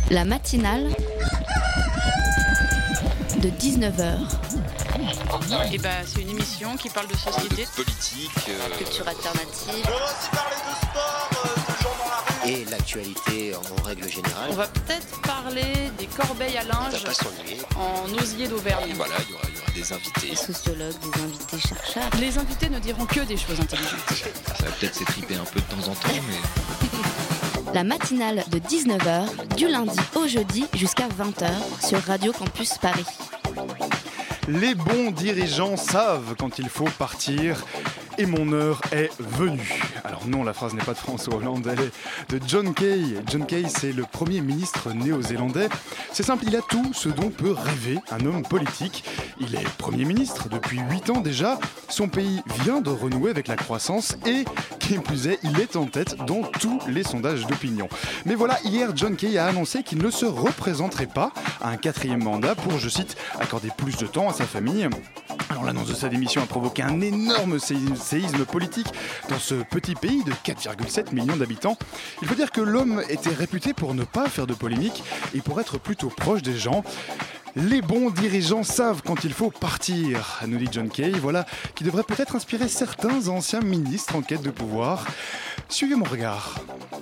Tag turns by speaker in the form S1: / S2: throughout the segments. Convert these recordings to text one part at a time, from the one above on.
S1: La matinale de 19h.
S2: Et c'est une émission qui parle de société,
S3: de politique,
S1: culture alternative.
S4: On va aussi parler de sport, de gens dans la rue.
S5: Et l'actualité en règle générale.
S2: On va peut-être parler des corbeilles à linge
S5: Ça va pas s'ennuyer.
S2: en osier d'Auvergne.
S3: voilà, il y aura des invités.
S1: Des sociologues, des invités chercheurs.
S2: Les invités ne diront que des choses intelligentes.
S3: Ça va peut-être s'étriper un peu de temps en temps, mais...
S1: La matinale de 19h, du lundi au jeudi jusqu'à 20h sur Radio Campus Paris.
S6: Les bons dirigeants savent quand il faut partir et mon heure est venue. Alors non, la phrase n'est pas de François Hollande, elle est de John Key. John Key, c'est le premier ministre néo-zélandais. C'est simple, il a tout ce dont peut rêver un homme politique. Il est Premier ministre depuis 8 ans déjà. Son pays vient de renouer avec la croissance et, qui plus est, il est en tête dans tous les sondages d'opinion. Mais voilà, hier, John Key a annoncé qu'il ne se représenterait pas à un 4e mandat pour, je cite, accorder plus de temps à sa famille. Alors l'annonce de sa démission a provoqué un énorme séisme politique dans ce petit pays de 4,7 millions d'habitants. Il faut dire que l'homme était réputé pour ne pas faire de polémique et pour être plutôt proche des gens. Les bons dirigeants savent quand il faut partir, nous dit John Key, voilà, qui devrait peut-être inspirer certains anciens ministres en quête de pouvoir. Suivez mon regard.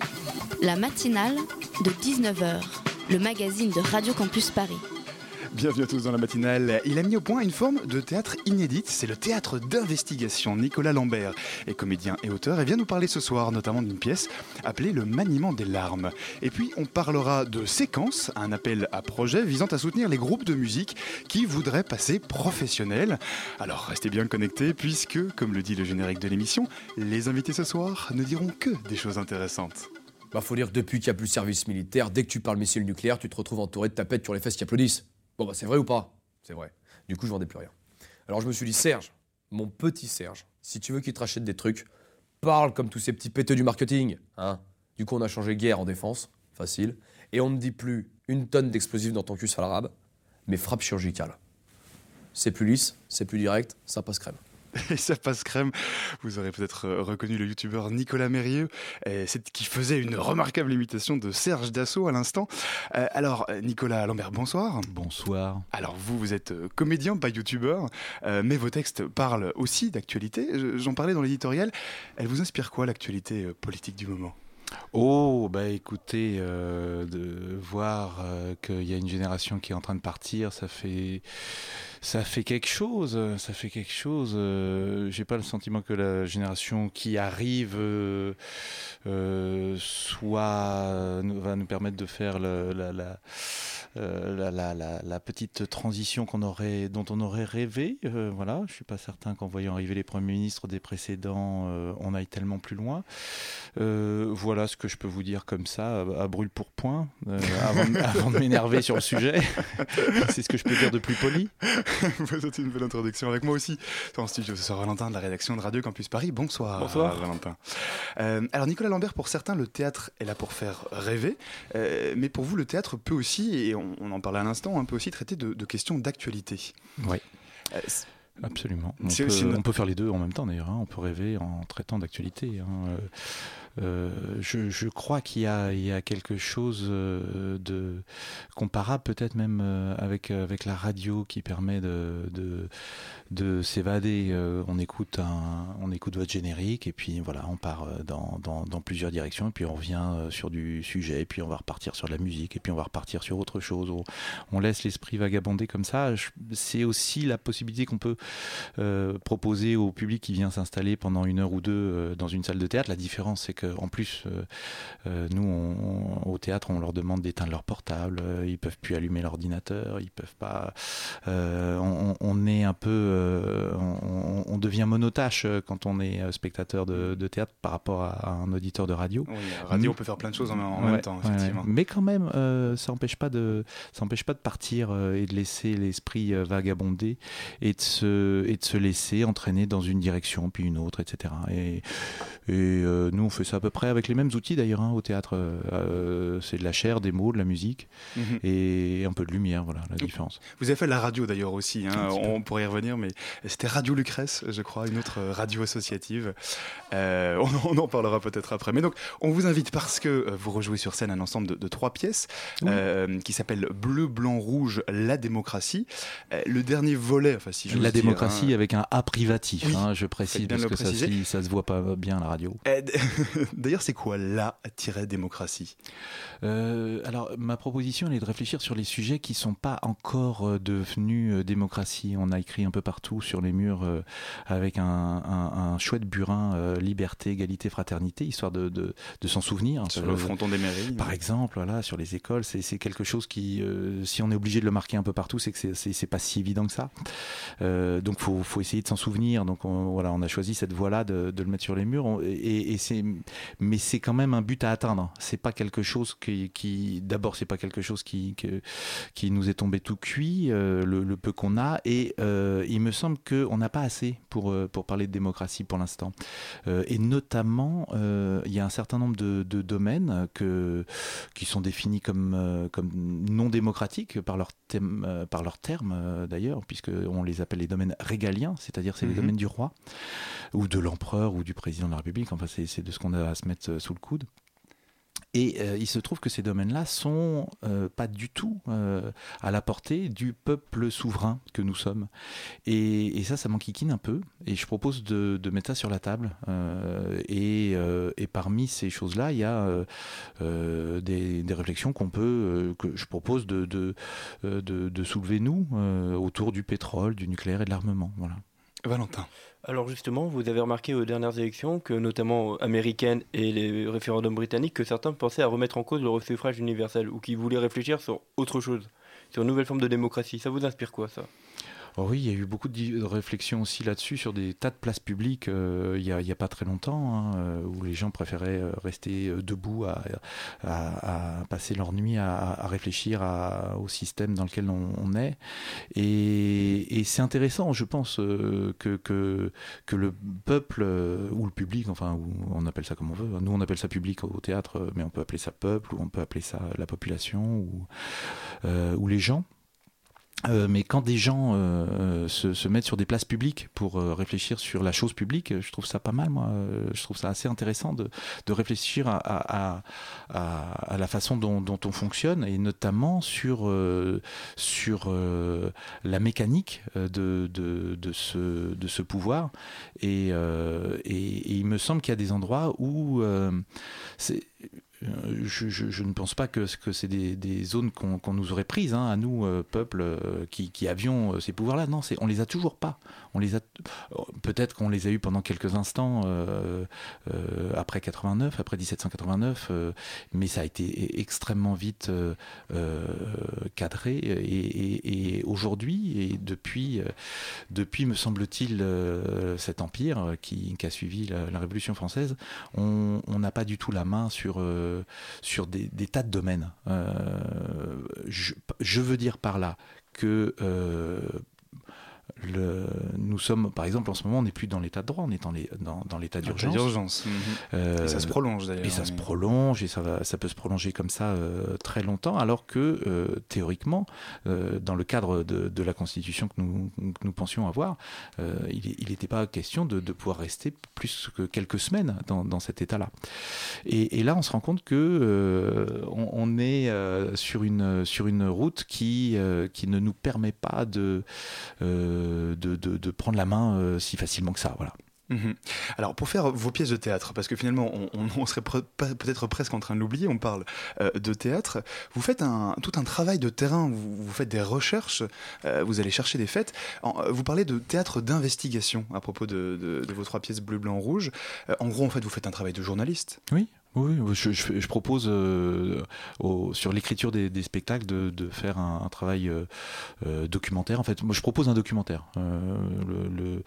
S1: La matinale de 19h, le magazine de Radio Campus Paris.
S6: Bienvenue à tous dans la matinale. Il a mis au point une forme de théâtre inédite, c'est le théâtre d'investigation. Nicolas Lambert est comédien et auteur et vient nous parler ce soir notamment d'une pièce appelée Le maniement des larmes. Et puis on parlera de Séquence, un appel à projet visant à soutenir les groupes de musique qui voudraient passer professionnels. Alors restez bien connectés puisque, comme le dit le générique de l'émission, les invités ce soir ne diront que des choses intéressantes.
S7: Faut dire que depuis qu'il n'y a plus de service militaire, dès que tu parles missile nucléaire, tu te retrouves entouré de tapettes sur les fesses qui applaudissent. Bon c'est vrai ou pas ? C'est vrai. Du coup je vendais plus rien. Alors je me suis dit, Serge, mon petit Serge, si tu veux qu'il te rachète des trucs, parle comme tous ces petits péteux du marketing. Hein. Du coup on a changé guerre en défense, facile, et on ne dit plus 1 tonne d'explosifs dans ton cul sale arabe, mais frappe chirurgicale. C'est plus lisse, c'est plus direct, ça passe crème.
S6: Et ça passe crème. Vous aurez peut-être reconnu le youtubeur Nicolas Mérieux, qui faisait une remarquable imitation de Serge Dassault à l'instant. Alors, Nicolas Lambert, bonsoir.
S8: Bonsoir.
S6: Alors, vous êtes comédien, pas youtubeur, mais vos textes parlent aussi d'actualité. J'en parlais dans l'éditorial. Elle vous inspire quoi, l'actualité politique du moment ?
S8: Écoutez, de voir qu'il y a une génération qui est en train de partir, ça fait quelque chose. J'ai pas le sentiment que la génération qui arrive va nous permettre de faire la petite transition dont on aurait rêvé. Voilà, je suis pas certain qu'en voyant arriver les premiers ministres des précédents, on aille tellement plus loin. Voilà ce que je peux vous dire comme ça, à brûle-pourpoint, avant de m'énerver sur le sujet. C'est ce que je peux dire de plus poli.
S6: Vous êtes une belle introduction. Avec moi aussi, en studio, ce soir, Valentin de la rédaction de Radio Campus Paris. Bonsoir.
S8: Bonsoir.
S6: Valentin. Alors, Nicolas Lambert, pour certains, le théâtre est là pour faire rêver. Mais pour vous, le théâtre peut aussi, et on en parlait à l'instant, peut aussi traiter de questions d'actualité.
S8: Oui. Absolument. On peut faire les deux en même temps d'ailleurs. On peut rêver en traitant d'actualité. Je crois qu'il y a quelque chose de comparable peut-être même avec la radio qui permet de s'évader. On écoute votre générique et puis voilà, on part dans plusieurs directions et puis on revient sur du sujet et puis on va repartir sur de la musique et puis on va repartir sur autre chose. On laisse l'esprit vagabonder comme ça. C'est aussi la possibilité qu'on peut proposer au public qui vient s'installer pendant 1 heure ou 2 dans une salle de théâtre. La différence, c'est qu'en plus, nous, au théâtre, on leur demande d'éteindre leur portable, ils peuvent plus allumer l'ordinateur, ils peuvent pas... on est un peu... on devient monotache quand on est spectateur de théâtre par rapport à un auditeur de radio.
S6: Oui, radio, on peut faire plein de choses en même temps, effectivement.
S8: Ouais. Mais quand même, ça n'empêche pas de partir et de laisser l'esprit vagabonder et de se laisser entraîner dans une direction puis une autre, etc. Et nous on fait ça à peu près avec les mêmes outils d'ailleurs au théâtre. C'est de la chair, des mots, de la musique et un peu de lumière, voilà la différence.
S6: Vous avez fait de la radio d'ailleurs aussi, on pourrait y revenir, mais c'était Radio Lucrèce, je crois, une autre radio associative. On en parlera peut-être après. Mais donc, on vous invite parce que vous rejouez sur scène un ensemble de 3 pièces qui s'appellent Bleu, Blanc, Rouge, la démocratie. Le dernier volet, enfin si je
S8: la démocratie avec un A privatif, je précise parce que ça se voit pas bien à la radio.
S6: D'ailleurs, c'est quoi la-démocratie ?
S8: Alors, ma proposition, elle est de réfléchir sur les sujets qui sont pas encore devenus démocratie. On a écrit un peu partout sur les murs avec un chouette burin liberté, égalité, fraternité, histoire de s'en souvenir.
S6: Sur le fronton des mairies.
S8: Par exemple, voilà, sur les écoles, c'est quelque chose qui, si on est obligé de le marquer un peu partout, c'est que c'est pas si évident que ça. Donc, faut essayer de s'en souvenir. Donc, on a choisi cette voie-là de le mettre sur les murs. Mais c'est quand même un but à atteindre. C'est pas quelque chose d'abord, c'est pas quelque chose qui nous est tombé tout cuit, le peu qu'on a. Et il me semble qu'on n'a pas assez pour parler de démocratie pour l'instant. Et notamment, il y a un certain nombre de domaines qui sont définis comme non démocratiques par leur terme d'ailleurs, puisqu'on les appelle les domaines régaliens, c'est-à-dire c'est les domaines du roi ou de l'empereur ou du président de la République. Enfin, c'est de ce qu'on a à se mettre sous le coude. Et il se trouve que ces domaines-là sont pas du tout à la portée du peuple souverain que nous sommes. Et ça m'enquiquine un peu. Et je propose de mettre ça sur la table. Et parmi ces choses-là, il y a des réflexions que je propose de soulever nous autour du pétrole, du nucléaire et de l'armement. Voilà.
S6: Valentin.
S9: Alors justement, vous avez remarqué aux dernières élections, que notamment américaines et les référendums britanniques, que certains pensaient à remettre en cause le suffrage universel ou qui voulaient réfléchir sur autre chose, sur une nouvelle forme de démocratie. Ça vous inspire quoi, ça ?
S8: Oh oui, il y a eu beaucoup de réflexions aussi là-dessus sur des tas de places publiques il y a pas très longtemps où les gens préféraient rester debout à passer leur nuit à réfléchir au système dans lequel on est. Et c'est intéressant, je pense, que le peuple ou le public, enfin on appelle ça comme on veut, nous on appelle ça public au théâtre, mais on peut appeler ça peuple ou on peut appeler ça la population ou les gens. Mais quand des gens se mettent sur des places publiques pour réfléchir sur la chose publique, je trouve ça pas mal, moi. Je trouve ça assez intéressant de réfléchir à la façon dont on fonctionne, et notamment sur la mécanique de ce pouvoir. Et il me semble qu'il y a des endroits où je ne pense pas que c'est des zones qu'on nous aurait prises, à nous, peuple, qui avions ces pouvoirs-là. Non, on les a toujours pas. Peut-être qu'on les a eus pendant quelques instants après 89, après 1789, mais ça a été extrêmement vite cadré. Et aujourd'hui, et depuis, me semble-t-il, cet empire qui a suivi la Révolution française, on n'a pas du tout la main sur des tas de domaines. Je veux dire par là que nous sommes, par exemple, en ce moment, on n'est plus dans l'état de droit, on est dans l'état d'urgence.
S6: Et ça se prolonge d'ailleurs.
S8: Et ça se prolonge, et ça peut se prolonger comme ça très longtemps, alors que théoriquement, dans le cadre de la Constitution que nous pensions avoir, il n'était pas question de pouvoir rester plus que quelques semaines dans cet état-là. Et là, on se rend compte que on est sur une route qui ne nous permet pas de prendre la main si facilement que ça, voilà.
S6: Alors pour faire vos pièces de théâtre, parce que finalement on serait peut-être presque en train de l'oublier, on parle de théâtre, vous faites tout un travail de terrain, vous faites des recherches, vous allez chercher des faits, vous parlez de théâtre d'investigation à propos de vos 3 pièces Bleu, Blanc, Rouge. En gros, en fait, vous faites un travail de journaliste.
S8: Oui, je propose sur l'écriture des spectacles de faire un travail documentaire. En fait, moi, je propose un documentaire. Le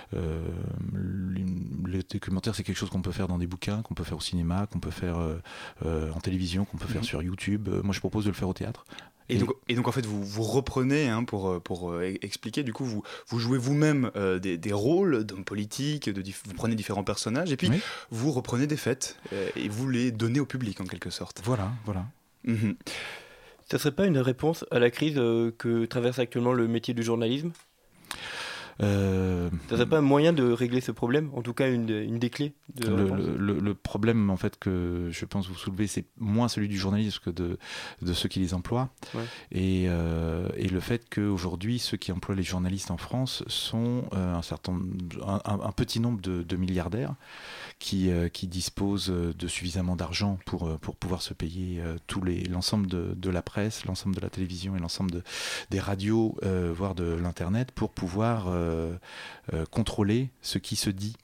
S8: documentaire, c'est quelque chose qu'on peut faire dans des bouquins, qu'on peut faire au cinéma, qu'on peut faire en télévision, qu'on peut faire sur YouTube. Moi, je propose de le faire au théâtre.
S6: Et donc en fait vous reprenez, pour expliquer, du coup vous jouez vous-même des rôles d'hommes politiques, vous prenez différents personnages et puis vous reprenez des faits et vous les donnez au public en quelque sorte.
S8: Voilà.
S6: Mm-hmm.
S9: Ça serait pas une réponse à la crise que traverse actuellement le métier du journalisme ? Ça serait pas un moyen de régler ce problème, en tout cas une des clés de
S8: le problème en fait que je pense vous soulevez, c'est moins celui du journalisme que de ceux qui les emploient, et le fait qu'aujourd'hui ceux qui emploient les journalistes en France sont un petit nombre de milliardaires qui disposent de suffisamment d'argent pour pouvoir se payer l'ensemble de la presse, l'ensemble de la télévision et l'ensemble des radios, voire de l'internet, pour pouvoir contrôler ce qui se dit.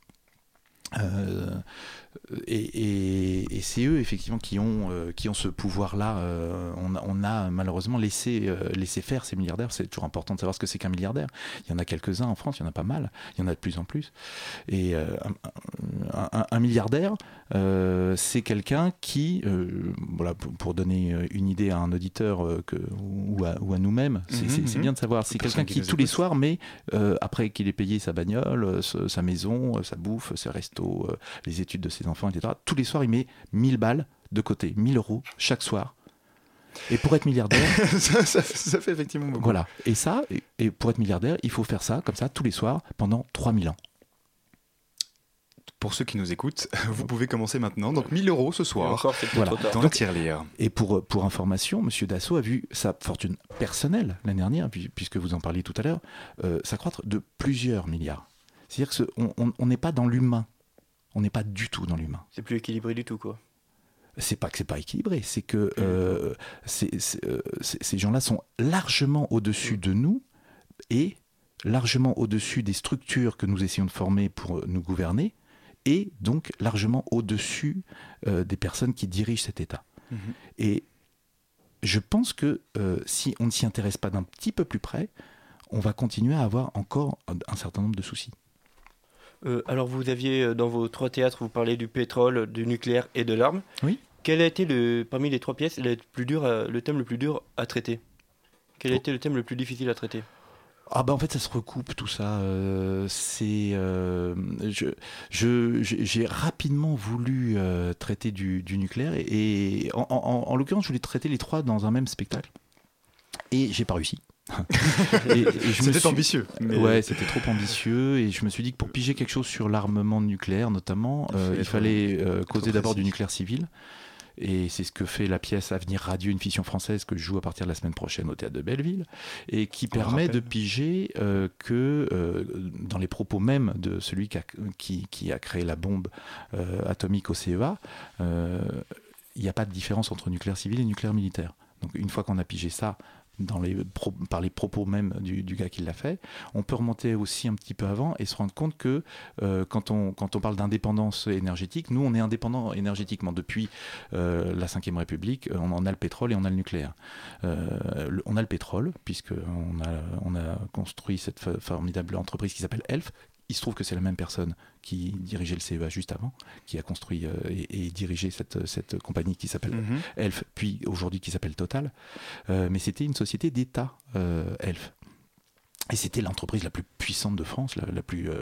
S8: Et c'est eux effectivement qui ont ce pouvoir-là. On a malheureusement laissé faire ces milliardaires. C'est toujours important de savoir ce que c'est qu'un milliardaire. Il y en a quelques-uns en France, il y en a pas mal, il y en a de plus en plus. Et un milliardaire, c'est quelqu'un qui, pour donner une idée à un auditeur ou à nous-mêmes, c'est bien de savoir, c'est quelqu'un qui tous les soirs met, après qu'il ait payé sa bagnole, sa maison, sa bouffe, ses restos, les études de ses enfants, etc. Tous les soirs, il met 1000 balles de côté, 1000 euros chaque soir. Et pour être milliardaire...
S6: ça fait effectivement beaucoup.
S8: Voilà. Et pour être milliardaire, il faut faire ça, comme ça, tous les soirs, pendant 3000 ans.
S6: Pour ceux qui nous écoutent, vous pouvez commencer maintenant. Donc 1000 euros ce soir,
S9: encore,
S6: voilà, dans la tirelire.
S8: Et pour information, M. Dassault a vu sa fortune personnelle l'année dernière, puisque vous en parliez tout à l'heure, s'accroître de plusieurs milliards. C'est-à-dire qu'on n'est pas dans l'humain. On n'est pas du tout dans l'humain.
S9: C'est plus équilibré du tout, quoi.
S8: C'est pas que c'est pas équilibré, c'est que ces gens-là sont largement au-dessus de nous et largement au-dessus des structures que nous essayons de former pour nous gouverner, et donc largement au-dessus des personnes qui dirigent cet État. Mmh. Et je pense que si on ne s'y intéresse pas d'un petit peu plus près, on va continuer à avoir encore un certain nombre de soucis.
S9: Alors vous aviez dans vos 3 théâtres, vous parlez du pétrole, du nucléaire et de l'arme.
S8: Oui.
S9: Quel a été parmi les 3 pièces le thème le plus dur à traiter ? Quel a été le thème le plus difficile à traiter ?
S8: En fait ça se recoupe tout ça. J'ai rapidement voulu traiter du nucléaire et en l'occurrence je voulais traiter les 3 dans un même spectacle et j'ai pas réussi.
S6: C'était ambitieux.
S8: Ouais, c'était trop ambitieux et je me suis dit que pour piger quelque chose sur l'armement nucléaire notamment, il fallait causer d'abord du nucléaire civil. Et c'est ce que fait la pièce Avenir Radio, une fiction française que je joue à partir de la semaine prochaine au Théâtre de Belleville, et qui permet de piger que dans les propos même de celui qui a créé la bombe atomique au CEA, il n'y a pas de différence entre nucléaire civil et nucléaire militaire. Donc une fois qu'on a pigé ça, par les propos même du gars qui l'a fait, on peut remonter aussi un petit peu avant et se rendre compte que quand on parle d'indépendance énergétique, nous on est indépendant énergétiquement depuis la Ve République. On en a le pétrole et on a le nucléaire. On a le pétrole puisqu'on a construit cette formidable entreprise qui s'appelle Elf. Il se trouve que c'est la même personne qui dirigeait le CEA juste avant, qui a construit et dirigé cette compagnie qui s'appelle Elf, puis aujourd'hui qui s'appelle Total. Mais c'était une société d'État, Elf. Et c'était l'entreprise la plus puissante de France, la plus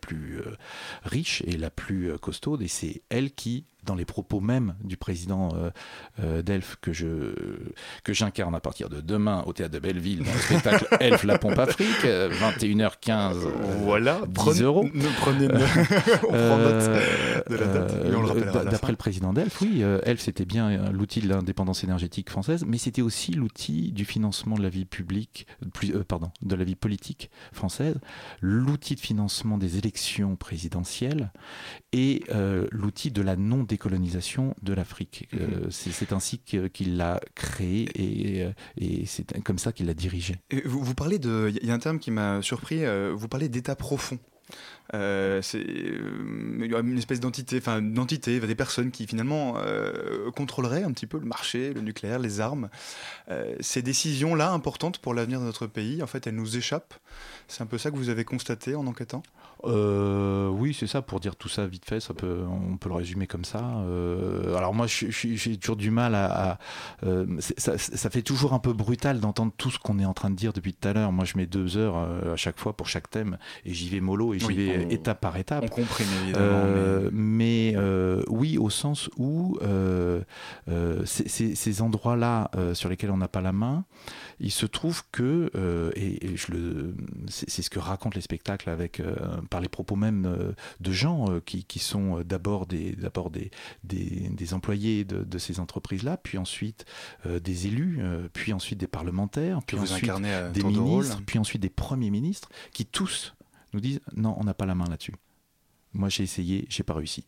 S8: riche et la plus costaude. Et c'est elle qui, dans les propos même du président d'Elf que j'incarne à partir de demain au Théâtre de Belleville dans le spectacle Elf la pompe Afrique, 21h15,
S6: voilà,
S8: 10 euros.
S6: Prenez on prend note de la date et on le rappellera à la
S8: d'après
S6: fin.
S8: le président d'Elf, oui, Elf c'était bien l'outil de l'indépendance énergétique française, mais c'était aussi l'outil du financement de la vie publique, de la vie politique française, l'outil de financement des élections présidentielles et l'outil de la non-décolonisation de l'Afrique. C'est ainsi qu'il l'a créé et c'est comme ça qu'il l'a dirigé.
S6: Vous parlez il y a un terme qui m'a surpris, vous parlez d'état profond. C'est une espèce d'entité, des personnes qui finalement contrôleraient un petit peu le marché, le nucléaire, les armes. Ces décisions-là, importantes pour l'avenir de notre pays, en fait, elles nous échappent. C'est un peu ça que vous avez constaté en enquêtant ?
S8: Oui, c'est ça. Pour dire tout ça vite fait, on peut le résumer comme ça. Alors moi, j'ai toujours du mal ça fait toujours un peu brutal d'entendre tout ce qu'on est en train de dire depuis tout à l'heure. Moi, je mets 2 heures à chaque fois pour chaque thème et j'y vais mollo et j'y vais étape par étape.
S6: On comprime évidemment.
S8: Mais oui, au sens où ces endroits-là sur lesquels on n'a pas la main, il se trouve que, c'est ce que racontent les spectacles par les propos même de gens qui sont d'abord des employés de ces entreprises-là, puis ensuite des élus, puis ensuite des parlementaires, puis ensuite des ministres, puis ensuite des premiers ministres, qui tous nous disent non, on n'a pas la main là-dessus. Moi j'ai essayé, j'ai pas réussi.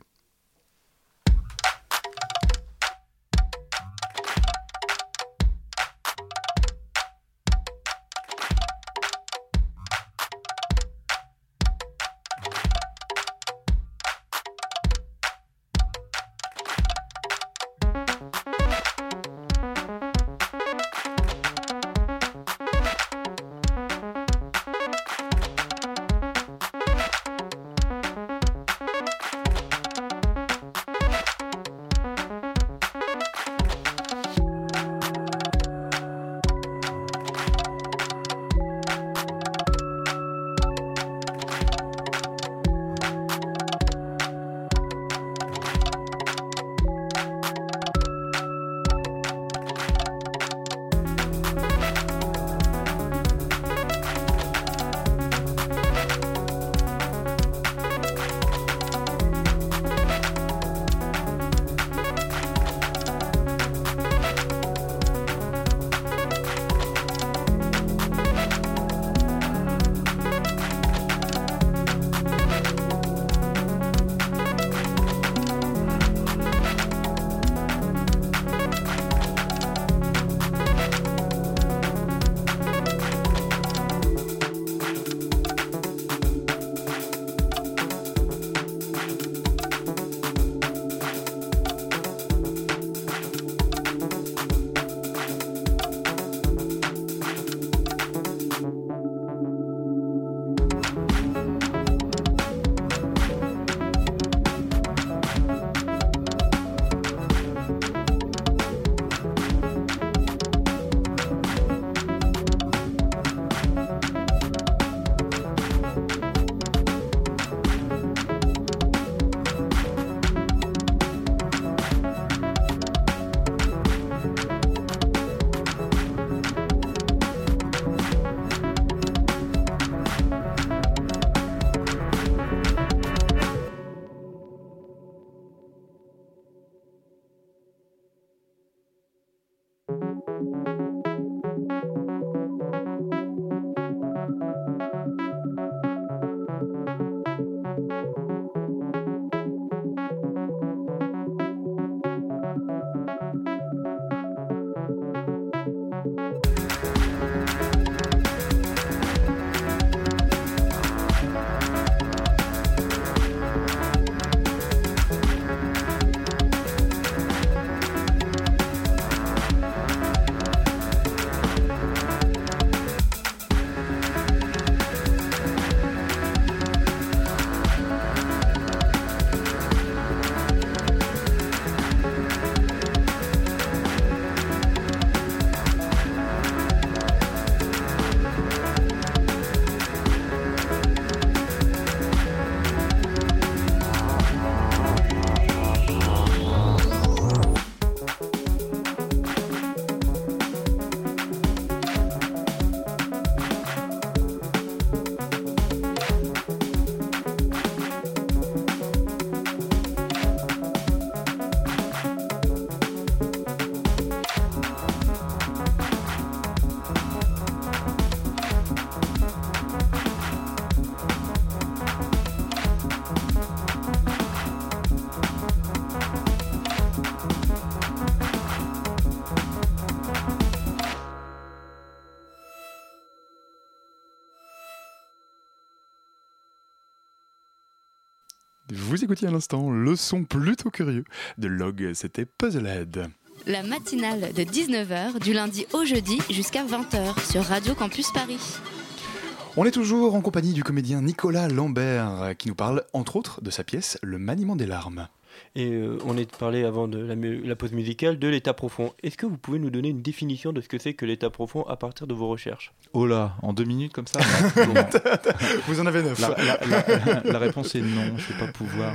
S6: Vous écoutiez à l'instant le son plutôt curieux de Log, c'était Puzzlehead.
S1: La matinale de 19h du lundi au jeudi jusqu'à 20h sur Radio Campus Paris.
S6: On est toujours en compagnie du comédien Nicolas Lambert qui nous parle entre autres de sa pièce Le maniement des larmes.
S9: Et on est parlé avant de la pause musicale de l'état profond. Est-ce que vous pouvez nous donner une définition de ce que c'est que l'état profond à partir de vos recherches ?
S8: Oh là, en 2 minutes comme ça non.
S6: Vous en avez 9.
S8: La réponse est non, je ne vais pas pouvoir.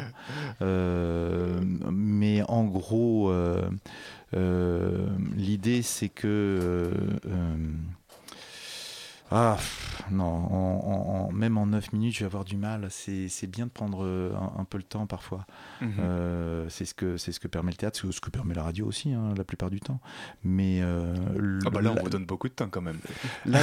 S8: Mais en gros, l'idée c'est que... même en 9 minutes, je vais avoir du mal. C'est bien de prendre un peu le temps parfois. C'est ce que permet le théâtre, c'est ce que permet la radio aussi, hein, la plupart du temps. Mais
S6: là, on vous donne beaucoup de temps quand même.
S8: Là,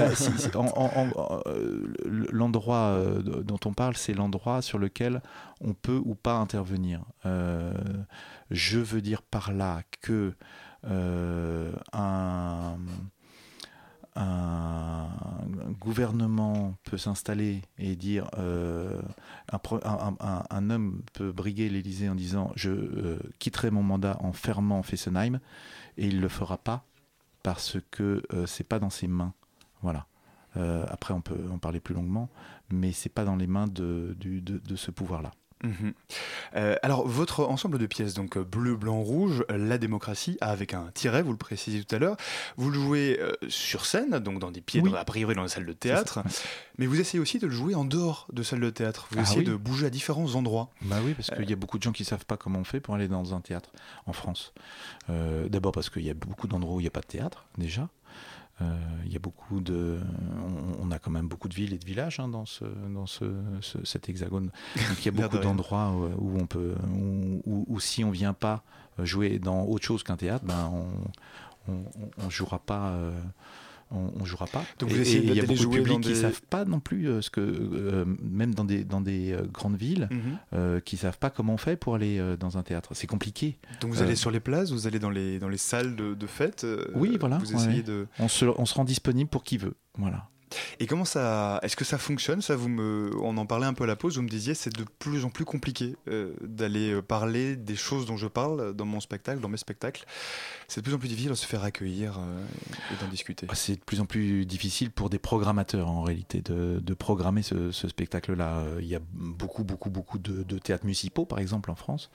S8: l'endroit dont on parle, c'est l'endroit sur lequel on peut ou pas intervenir. Je veux dire par là que un gouvernement peut s'installer et dire un homme peut briguer l'Élysée en disant je quitterai mon mandat en fermant Fessenheim, et il le fera pas parce que c'est pas dans ses mains. Voilà. Après on peut en parler plus longuement, mais c'est pas dans les mains de ce pouvoir-là.
S6: Alors votre ensemble de pièces, donc bleu, blanc, rouge, la démocratie, avec un tiret, vous le précisez tout à l'heure, vous le jouez sur scène, donc dans des pieds, a priori dans la salle de théâtre, mais vous essayez aussi de le jouer en dehors de salle de théâtre, vous essayez de bouger à différents endroits.
S8: Bah oui, parce qu'il y a beaucoup de gens qui ne savent pas comment on fait pour aller dans un théâtre en France. D'abord parce qu'il y a beaucoup d'endroits où il n'y a pas de théâtre, déjà. Il y a beaucoup on a quand même beaucoup de villes et de villages dans cet hexagone. Donc il y a beaucoup d'endroits où on peut, où si on vient pas jouer dans autre chose qu'un théâtre, on jouera pas. On jouera pas.
S6: Donc vous essayez
S8: il y a beaucoup de publics qui
S6: ne
S8: savent pas non plus ce que même dans des grandes villes qui savent pas comment on fait pour aller dans un théâtre. C'est compliqué.
S6: Donc vous allez sur les places, vous allez dans les salles de fête.
S8: Oui, voilà.
S6: Vous essayez de.
S8: On se rend disponible pour qui veut. Voilà.
S6: Et comment ça, est-ce que ça fonctionne ? Ça, on en parlait un peu à la pause, vous me disiez c'est de plus en plus compliqué d'aller parler des choses dont je parle dans mon spectacle, dans mes spectacles. C'est de plus en plus difficile de se faire accueillir et d'en discuter.
S8: C'est de plus en plus difficile pour des programmateurs en réalité de programmer ce spectacle-là. Il y a beaucoup de théâtres municipaux par exemple en France,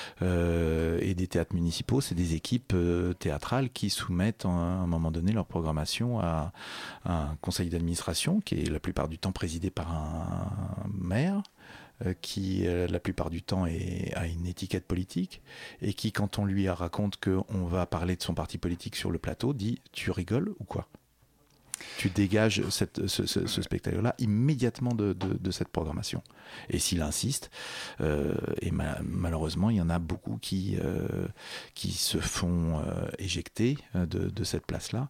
S8: et des théâtres municipaux, c'est des équipes théâtrales qui soumettent à un moment donné leur programmation à un conseil d'administration qui est la plupart du temps présidé par un maire, qui la plupart du temps a une étiquette politique, et qui, quand on lui raconte qu'on va parler de son parti politique sur le plateau, dit « tu rigoles ou quoi ?» Tu dégages ce spectacle-là immédiatement de cette programmation. Et s'il insiste, et malheureusement, il y en a beaucoup qui se font éjecter de cette place-là.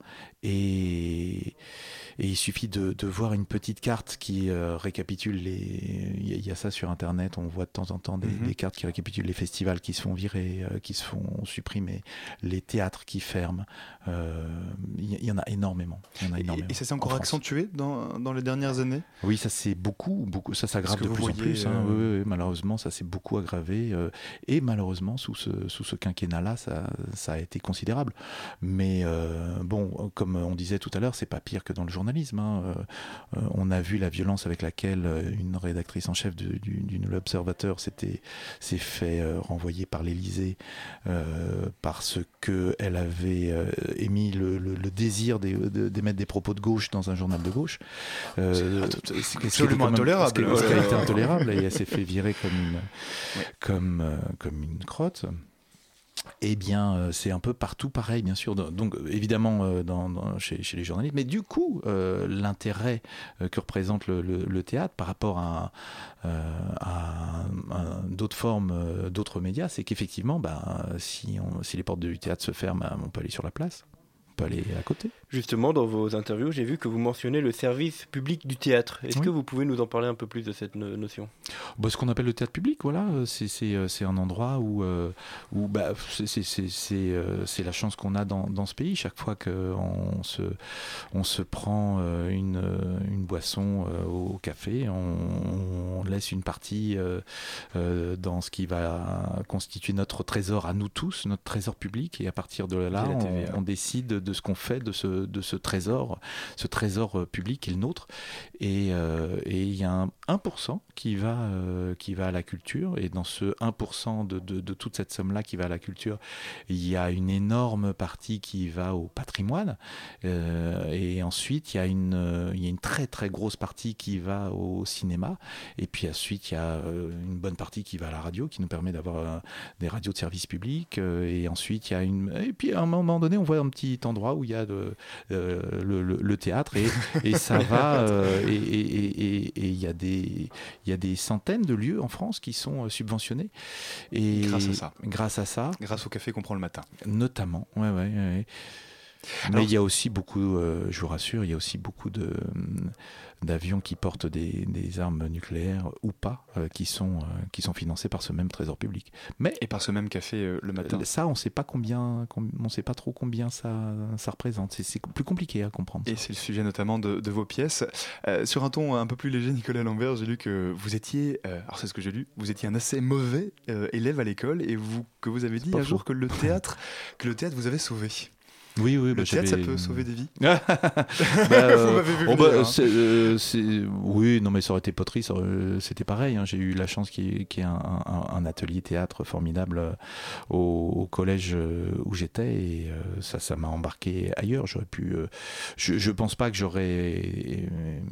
S8: Et il suffit de voir une petite carte qui récapitule il y a ça sur Internet, on voit de temps en temps des cartes qui récapitulent les festivals qui se font virer, qui se font supprimer, les théâtres qui ferment. Il y en a énormément.
S6: Et ça s'est encore accentué dans les dernières années ?
S8: Oui, ça c'est beaucoup, ça s'aggrave de plus en plus. Oui, malheureusement, ça s'est beaucoup aggravé. Et malheureusement, sous ce quinquennat-là, ça a été considérable. Mais bon, comme on disait tout à l'heure, c'est pas pire que dans le journalisme. On a vu la violence avec laquelle une rédactrice en chef du L'Observateur s'est fait renvoyer par l'Élysée parce qu'elle avait émis le désir d'émettre des propos de gauche dans un journal de gauche.
S6: C'est absolument intolérable.
S8: Ce qui a été intolérable, et elle s'est fait virer comme une crotte. Eh bien, c'est un peu partout pareil, bien sûr. Donc, évidemment, chez les journalistes. Mais du coup, l'intérêt que représente le théâtre par rapport à d'autres formes, d'autres médias, c'est qu'effectivement, si les portes du théâtre se ferment, on peut aller sur la place. peut aller à côté.
S9: Justement, dans vos interviews, j'ai vu que vous mentionnez le service public du théâtre. Est-ce que vous pouvez nous en parler un peu plus de cette notion ?
S8: Ce qu'on appelle le théâtre public, voilà, c'est un endroit où c'est la chance qu'on a dans ce pays. Chaque fois qu'on se prend une boisson au café, on laisse une partie dans ce qui va constituer notre trésor à nous tous, notre trésor public, et à partir de là, on décide de ce qu'on fait de ce trésor public qui est le nôtre. Et il y a un 1% qui va à la culture, et dans ce 1% de toute cette somme-là qui va à la culture, il y a une énorme partie qui va au patrimoine, et ensuite il y a une très très grosse partie qui va au cinéma, et puis ensuite il y a une bonne partie qui va à la radio, qui nous permet d'avoir des radios de service public, et ensuite il y a et puis à un moment donné on voit un petit endroit où il y a le théâtre, et ça va et il y a des centaines de lieux en France qui sont subventionnés, et grâce à ça,
S6: grâce au café qu'on prend le matin
S8: notamment. Ouais. Mais il y a aussi beaucoup, je vous rassure, il y a aussi beaucoup d'avions qui portent des armes nucléaires ou pas, qui sont financés par ce même trésor public.
S6: Et par ce même café le matin.
S8: Ça, on ne sait pas trop combien ça représente. C'est plus compliqué à comprendre.
S6: Et c'est le sujet notamment de vos pièces. Sur un ton un peu plus léger, Nicolas Lambert, j'ai lu que vous étiez, alors c'est ce que j'ai lu, vous étiez un assez mauvais élève à l'école, et que vous avez dit un jour que le théâtre vous avait sauvé.
S8: Oui,
S6: le théâtre, ça peut sauver des vies.
S8: Vous m'avez vu venir, oui, non, mais ça aurait été poterie, c'était pareil. J'ai eu la chance qu'il y ait un atelier théâtre formidable au collège où j'étais, et ça m'a embarqué ailleurs. J'aurais pu. Je pense pas que j'aurais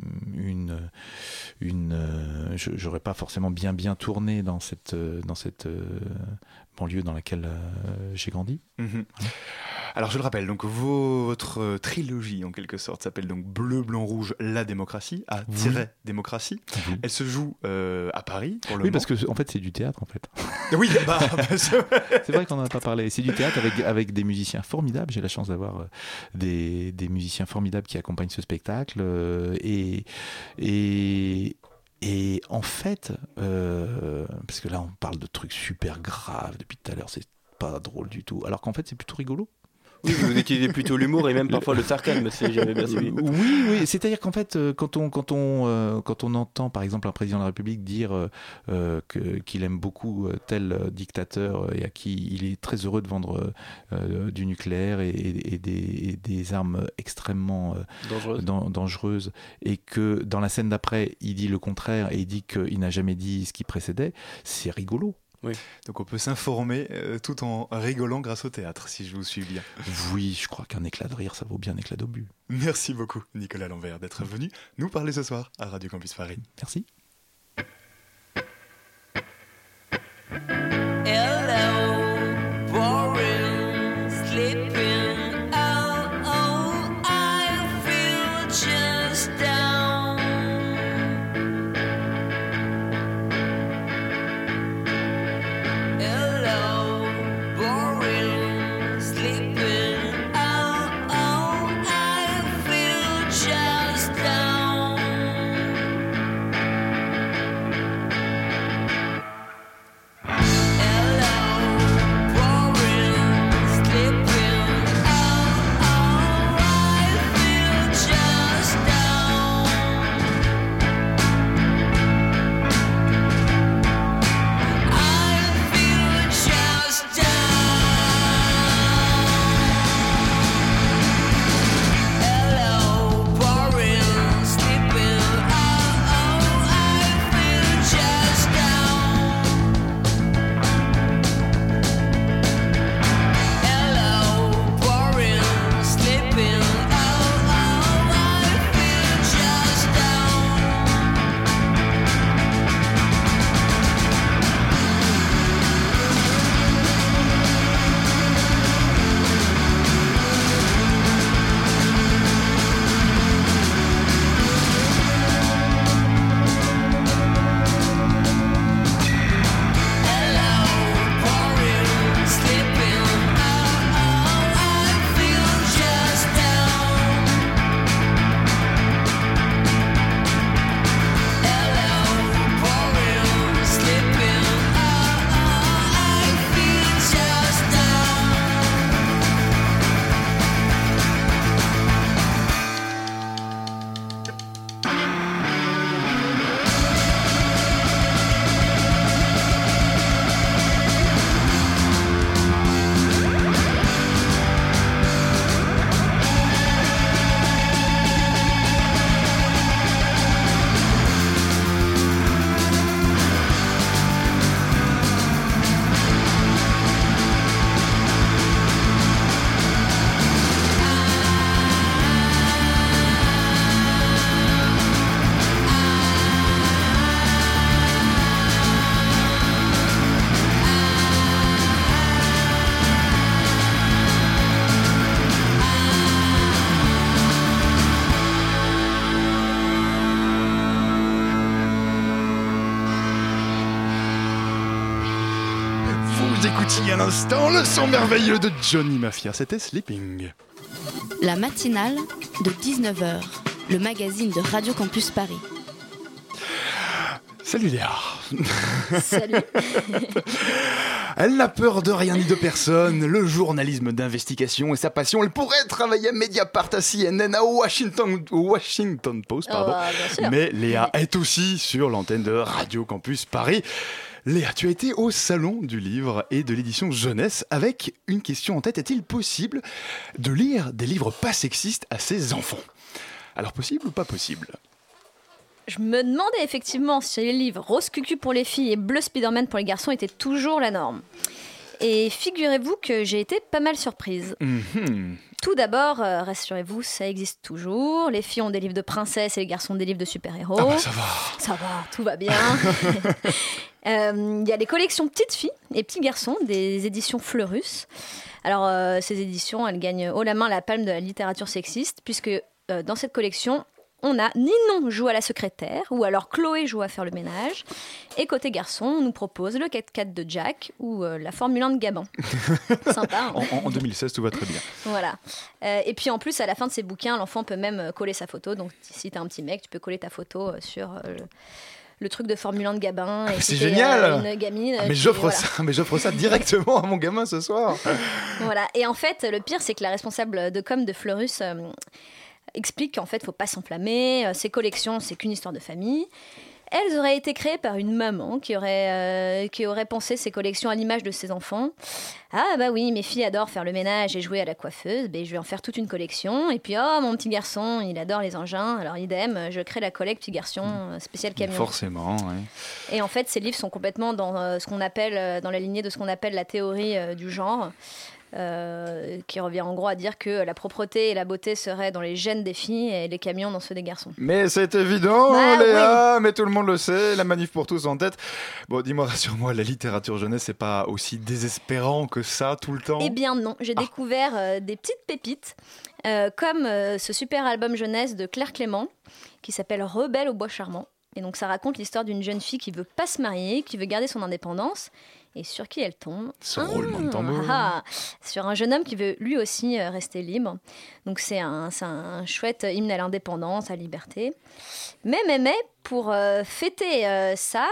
S8: j'aurais pas forcément bien tourné dans cette banlieue dans laquelle j'ai grandi.
S6: Mm-hmm. Alors je le rappelle, donc votre trilogie en quelque sorte s'appelle donc Bleu, Blanc, Rouge, la démocratie, démocratie.
S8: Oui.
S6: Elle se joue à Paris pour le moment.
S8: Oui, parce que en fait c'est du théâtre en fait.
S6: Oui,
S8: c'est vrai qu'on n'en a pas parlé. C'est du théâtre avec des musiciens formidables. J'ai la chance d'avoir des musiciens formidables qui accompagnent ce spectacle, et en fait, parce que là on parle de trucs super graves depuis tout à l'heure, c'est pas drôle du tout, alors qu'en fait c'est plutôt rigolo.
S9: Oui, vous utilisez plutôt l'humour et même parfois le sarcasme, si j'avais bien suivi.
S8: Oui, c'est-à-dire qu'en fait, quand on entend par exemple un président de la République dire qu'il aime beaucoup tel dictateur et à qui il est très heureux de vendre du nucléaire et des armes extrêmement dangereuses, et que dans la scène d'après, il dit le contraire et il dit qu'il n'a jamais dit ce qui précédait, c'est rigolo.
S6: Oui. Donc on peut s'informer tout en rigolant grâce au théâtre, si je vous suis bien.
S8: Oui, je crois qu'un éclat de rire, ça vaut bien un éclat d'obus.
S6: Merci beaucoup, Nicolas Lambert, d'être venu nous parler ce soir à Radio Campus Paris.
S8: Merci.
S6: écoutiez un instant le son merveilleux de Johnny Mafia, c'était Sleeping.
S1: La matinale de 19h, le magazine de Radio Campus Paris.
S6: Salut Léa.
S10: Salut.
S6: Elle n'a peur de rien ni de personne. Le journalisme d'investigation est sa passion. Elle pourrait travailler à Mediapart, à CNN, à Washington Post, pardon.
S10: bien sûr.
S6: Mais Léa est aussi sur l'antenne de Radio Campus Paris. Léa, tu as été au Salon du Livre et de l'édition jeunesse avec une question en tête. Est-il possible de lire des livres pas sexistes à ses enfants ? Alors possible ou pas possible ?
S10: Je me demandais effectivement si les livres Rose Cucu pour les filles et Bleu Spider-Man pour les garçons étaient toujours la norme. Et figurez-vous que j'ai été pas mal surprise. Tout d'abord, rassurez-vous, ça existe toujours. Les filles ont des livres de princesses et les garçons des livres de super-héros.
S6: Ah bah ça va.
S10: Ça va, tout va bien. Il y a les collections petites filles et petits garçons des éditions Fleurus. Alors, ces éditions, elles gagnent haut la main la palme de la littérature sexiste, puisque dans cette collection, on a Ninon joue à la secrétaire, ou alors Chloé joue à faire le ménage. Et côté garçon, on nous propose le 4x4 de Jack ou la Formule 1 de Gabin. Sympa. Hein.
S6: En 2016, tout va très bien.
S10: Voilà. Et puis en plus, à la fin de ces bouquins, l'enfant peut même coller sa photo. Donc si t'es un petit mec, tu peux coller ta photo sur le truc de Formule 1 de Gabin. Et
S6: c'est génial.
S10: Une gamine.
S6: Mais j'offre ça directement à mon gamin ce soir.
S10: Voilà. Et en fait, le pire, c'est que la responsable de com de Fleurus explique qu'en fait, faut pas s'enflammer. Ces collections, c'est qu'une histoire de famille. Elles auraient été créées par une maman qui aurait pensé ces collections à l'image de ses enfants. Ah bah oui, mes filles adorent faire le ménage et jouer à la coiffeuse, je vais en faire toute une collection. Et puis mon petit garçon, il adore les engins, alors idem, je crée la collecte petit garçon spécial camion.
S6: Forcément, oui.
S10: Et en fait, ces livres sont complètement dans ce qu'on appelle, dans la lignée de ce qu'on appelle la théorie du genre. Qui revient en gros à dire que la propreté et la beauté seraient dans les gènes des filles et les camions dans ceux des garçons.
S6: Mais c'est évident, Léa, mais tout le monde le sait, la manif pour tous en tête. Bon, dis-moi, rassure-moi, la littérature jeunesse, c'est pas aussi désespérant que ça tout le temps ?
S10: Eh bien non, j'ai découvert des petites pépites, comme ce super album jeunesse de Claire Clément, qui s'appelle Rebelle au bois charmant. Et donc ça raconte l'histoire d'une jeune fille qui veut pas se marier, qui veut garder son indépendance. Et sur qui elle tombe ?
S6: Ce roulement de tambour.
S10: Sur un jeune homme qui veut lui aussi rester libre. Donc c'est un chouette hymne à l'indépendance, à la liberté. Mais, pour fêter ça,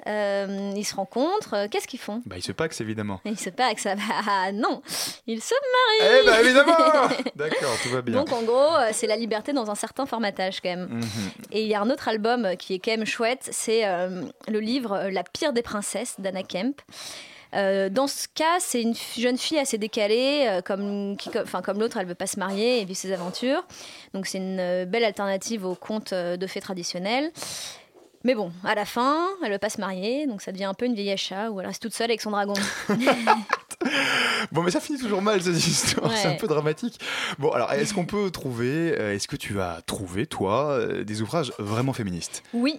S10: ils se rencontrent. Qu'est-ce qu'ils font ?
S6: Ils se paxent, évidemment.
S10: Ils se paxent. Non, ils se
S6: marient.
S10: Eh
S6: évidemment. D'accord, tout va bien.
S10: Donc en gros, c'est la liberté dans un certain formatage quand même. Et il y a un autre album qui est quand même chouette, c'est le livre La pire des princesses d'Anna Kemp. Dans ce cas, c'est une jeune fille assez décalée, comme l'autre, elle veut pas se marier et vivre ses aventures. Donc c'est une belle alternative aux contes de fées traditionnels. Mais bon, à la fin, elle veut pas se marier, donc ça devient un peu une vieille chat où elle reste toute seule avec son dragon.
S6: Bon, mais ça finit toujours mal, cette histoire, c'est un peu dramatique. Bon, alors, est-ce que tu as trouvé, toi, des ouvrages vraiment féministes ?
S10: Oui.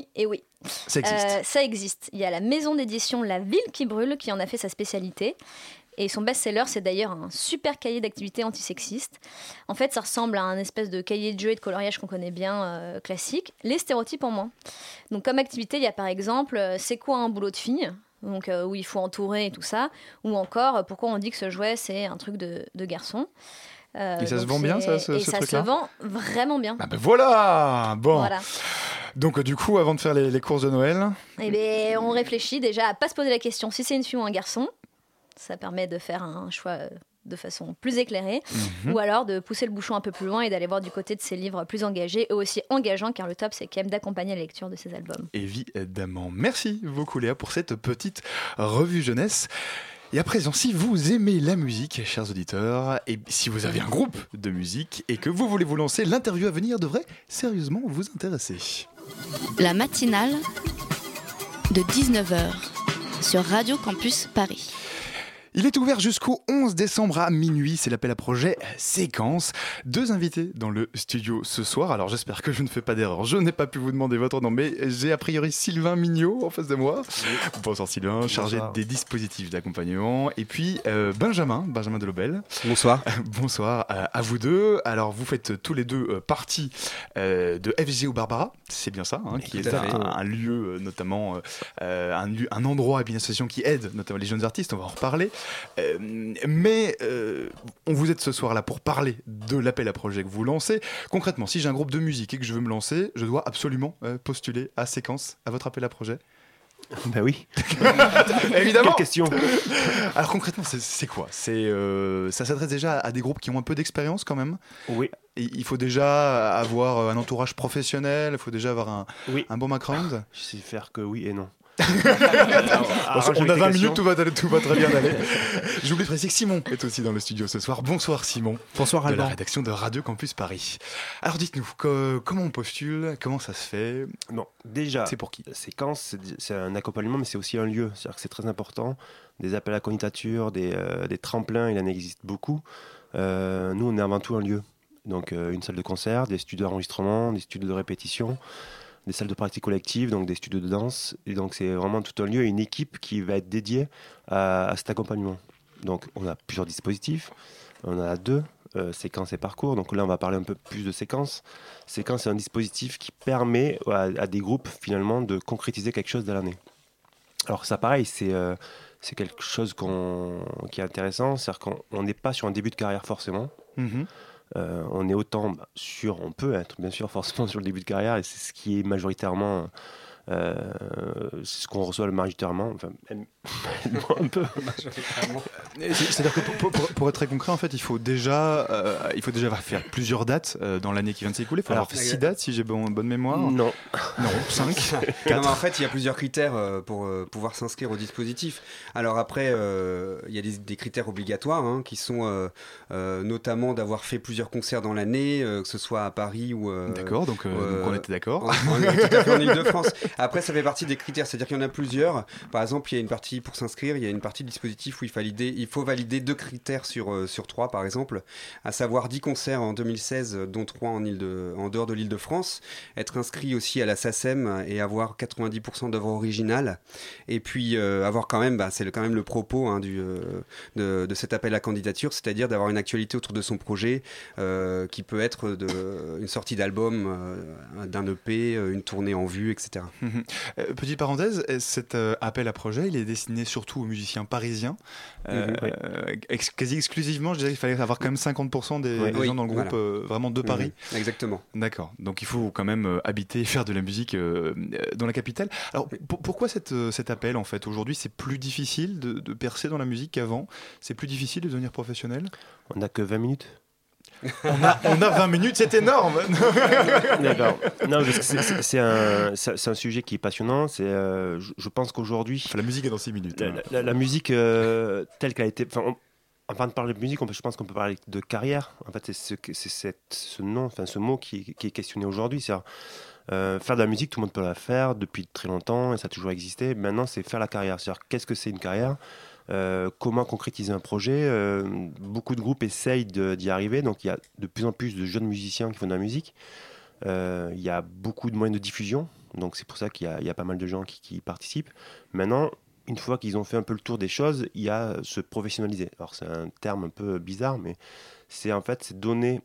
S6: Ça existe.
S10: Ça existe. Il y a la maison d'édition La Ville qui brûle qui en a fait sa spécialité. Et son best-seller, c'est d'ailleurs un super cahier d'activités antisexistes. En fait, ça ressemble à un espèce de cahier de jeu et de coloriage qu'on connaît bien, classique. Les stéréotypes en moins. Donc, comme activité, il y a par exemple « C'est quoi un boulot de fille ?» Donc, où il faut entourer et tout ça. Ou encore « Pourquoi on dit que ce jouet, c'est un truc de garçon ?»
S6: Et ça se vend bien, ce truc-là ?
S10: Et ça se vend vraiment bien.
S6: Voilà. Bon.
S10: Voilà.
S6: Donc, du coup, avant de faire les courses de Noël...
S10: on réfléchit déjà à pas se poser la question si c'est une fille ou un garçon. Ça permet de faire un choix de façon plus éclairée. Ou alors de pousser le bouchon un peu plus loin et d'aller voir du côté de ces livres plus engagés et aussi engageants, car le top, c'est quand même d'accompagner la lecture de ces albums.
S6: Évidemment. Merci beaucoup, Léa, pour cette petite revue jeunesse. Et à présent, si vous aimez la musique, chers auditeurs, et si vous avez un groupe de musique et que vous voulez vous lancer, l'interview à venir devrait sérieusement vous intéresser.
S1: La matinale de 19h sur Radio Campus Paris.
S6: Il est ouvert jusqu'au 11 décembre à minuit, c'est l'appel à projet Séquence. 2 invités dans le studio ce soir, alors j'espère que je ne fais pas d'erreur, je n'ai pas pu vous demander votre nom, mais j'ai a priori Sylvain Mignot en face de moi. Bonsoir Sylvain, chargé des dispositifs d'accompagnement, et puis Benjamin Delobel.
S11: Bonsoir.
S6: Bonsoir à vous deux. Alors vous faites tous les deux partie de FGO Barbara, c'est bien ça, hein, qui est un lieu notamment, un endroit et une association qui aide notamment les jeunes artistes, on va en reparler. Mais on vous êtes ce soir là pour parler de l'appel à projet que vous lancez. Concrètement, si j'ai un groupe de musique et que je veux me lancer, je dois absolument postuler à Séquence, à votre appel à projet.
S11: Ben oui.
S6: Évidemment.
S11: Quelle question.
S6: Alors concrètement, c'est quoi ? Ça s'adresse déjà à des groupes qui ont un peu d'expérience quand même.
S11: Oui.
S6: Et il faut déjà avoir un entourage professionnel, il faut déjà avoir un bon background.
S11: Je sais faire que oui et non.
S6: On a 20 minutes, tout va très bien aller. J'oublie de préciser que Simon est aussi dans le studio ce soir. Bonsoir Simon.
S8: Bonsoir
S6: de
S8: Alban.
S6: la rédaction de Radio Campus Paris. Alors dites-nous, comment on postule ? Comment ça se fait ?
S11: Non, déjà,
S6: c'est pour qui ?
S11: Séquence, c'est un accompagnement, mais c'est aussi un lieu. C'est-à-dire que c'est très important. Des appels à candidature, des tremplins, il en existe beaucoup. Nous, on est avant tout un lieu. Donc une salle de concert, des studios d'enregistrement, des studios de répétition, des salles de pratique collective, donc des studios de danse. Et donc c'est vraiment tout un lieu et une équipe qui va être dédiée à cet accompagnement. Donc on a plusieurs dispositifs, on en a 2, Séquence et Parcours. Donc là on va parler un peu plus de Séquence. Séquence, c'est un dispositif qui permet à des groupes finalement de concrétiser quelque chose dans l'année. Alors ça pareil, c'est quelque chose qui est intéressant, c'est-à-dire qu'on n'est pas sur un début de carrière forcément. Mm-hmm. On est autant on peut être bien sûr forcément sur le début de carrière, et c'est ce qui est majoritairement c'est ce qu'on reçoit majoritairement, enfin un peu majoritairement.
S6: C'est-à-dire que pour être très concret, en fait, il faut déjà faire plusieurs dates dans l'année qui vient de s'écouler. Il faut avoir fait 6 dates si j'ai bonne mémoire.
S11: Non,
S6: 5. 4.
S12: Non, en fait, il y a plusieurs critères pour pouvoir s'inscrire au dispositif. Alors après, il y a des critères obligatoires hein, qui sont notamment d'avoir fait plusieurs concerts dans l'année, que ce soit à Paris ou...
S6: D'accord, donc on était d'accord.
S12: On est tout à fait en Ile-de-France. Après, ça fait partie des critères, c'est-à-dire qu'il y en a plusieurs. Par exemple, il y a une partie pour s'inscrire, il y a une partie du dispositif où il faut valider 2 critères sur 3, par exemple, à savoir 10 concerts en 2016, dont 3 en dehors de l'Île-de-France, être inscrit aussi à la SACEM et avoir 90% d'œuvres originales, et puis avoir quand même, c'est quand même le propos hein, de cet appel à candidature, c'est-à-dire d'avoir une actualité autour de son projet, qui peut être une sortie d'album, d'un EP, une tournée en vue, etc.
S6: Petite parenthèse, cet appel à projet, il est destiné surtout aux musiciens parisiens. Quasi exclusivement, je dirais qu'il fallait avoir quand même 50% des gens dans le groupe vraiment de Paris.
S12: Exactement.
S6: D'accord. Donc il faut quand même habiter et faire de la musique dans la capitale. Alors pourquoi cet appel en fait ? Aujourd'hui, c'est plus difficile de percer dans la musique qu'avant. C'est plus difficile de devenir professionnel ?
S11: On n'a que 20 minutes.
S6: On a 20 minutes, c'est énorme.
S11: D'accord. Non, c'est un sujet qui est passionnant. Je pense qu'aujourd'hui...
S6: La musique est dans 6 minutes.
S11: La musique telle qu'elle a été... Avant de parler de musique, je pense qu'on peut parler de carrière. En fait, c'est ce mot qui est questionné aujourd'hui. C'est faire de la musique, tout le monde peut la faire depuis très longtemps et ça a toujours existé. Maintenant, c'est faire la carrière. C'est-à-dire, qu'est-ce que c'est une carrière ? Comment concrétiser un projet. Beaucoup de groupes essayent d'y arriver, donc il y a de plus en plus de jeunes musiciens qui font de la musique. Il y a beaucoup de moyens de diffusion, donc c'est pour ça qu'il y a pas mal de gens qui participent. Maintenant, une fois qu'ils ont fait un peu le tour des choses, il y a se professionnaliser. Alors c'est un terme un peu bizarre, mais c'est donner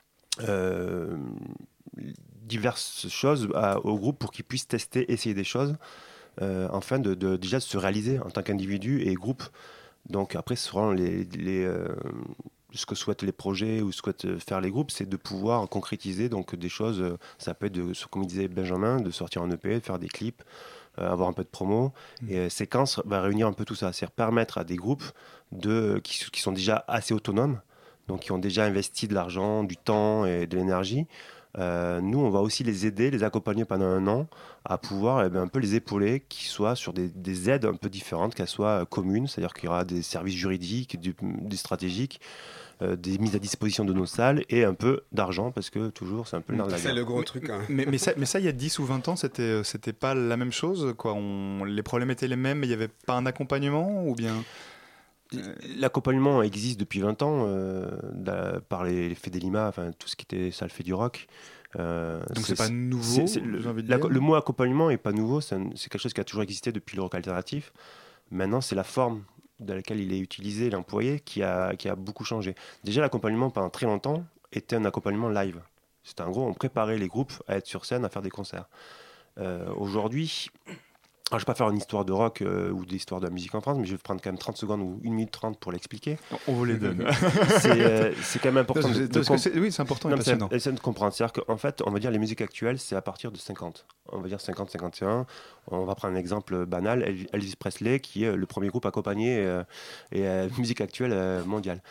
S11: diverses choses au groupe pour qu'ils puissent tester, essayer des choses. Afin de déjà se réaliser en tant qu'individu et groupe. Donc après, ce seront ce que souhaitent les projets ou ce que souhaitent faire les groupes, c'est de pouvoir concrétiser donc, des choses. Ça peut être, comme disait Benjamin, de sortir un EP, de faire des clips, avoir un peu de promo. Et Séquence va réunir un peu tout ça, c'est-à-dire permettre à des groupes qui sont déjà assez autonomes, donc qui ont déjà investi de l'argent, du temps et de l'énergie. Nous, on va aussi les aider, les accompagner pendant 1 an à pouvoir un peu les épauler, qu'ils soient sur des aides un peu différentes, qu'elles soient communes, c'est-à-dire qu'il y aura des services juridiques, des stratégiques, des mises à disposition de nos salles et un peu d'argent, parce que toujours, c'est un peu le nerf de la guerre.
S12: C'est le gros truc. Hein.
S6: Mais ça, il y a 10 ou 20 ans, c'était pas la même chose quoi. Les problèmes étaient les mêmes, mais il n'y avait pas un accompagnement ou bien...
S11: L'accompagnement existe depuis 20 ans par les Fedelima, enfin tout ce qui était ça le fait du rock.
S6: Donc c'est pas nouveau.
S11: Le mot accompagnement est pas nouveau, c'est quelque chose qui a toujours existé depuis le rock alternatif. Maintenant, c'est la forme dans laquelle il est utilisé, il est employé, qui a beaucoup changé. Déjà, l'accompagnement pendant très longtemps était un accompagnement live. C'était en gros, on préparait les groupes à être sur scène, à faire des concerts. Aujourd'hui, alors, je ne vais pas faire une histoire de rock ou d'histoire de la musique en France, mais je vais prendre quand même 30 secondes ou 1 minute 30 pour l'expliquer.
S6: On vous les donne.
S11: C'est quand même important.
S6: Oui, c'est important et passionnant.
S11: C'est de comprendre. C'est-à-dire qu'en fait, on va dire les musiques actuelles, c'est à partir de 50. On va dire 50, 51. On va prendre un exemple banal, Elvis Presley, qui est le premier groupe accompagné musique actuelle mondiale.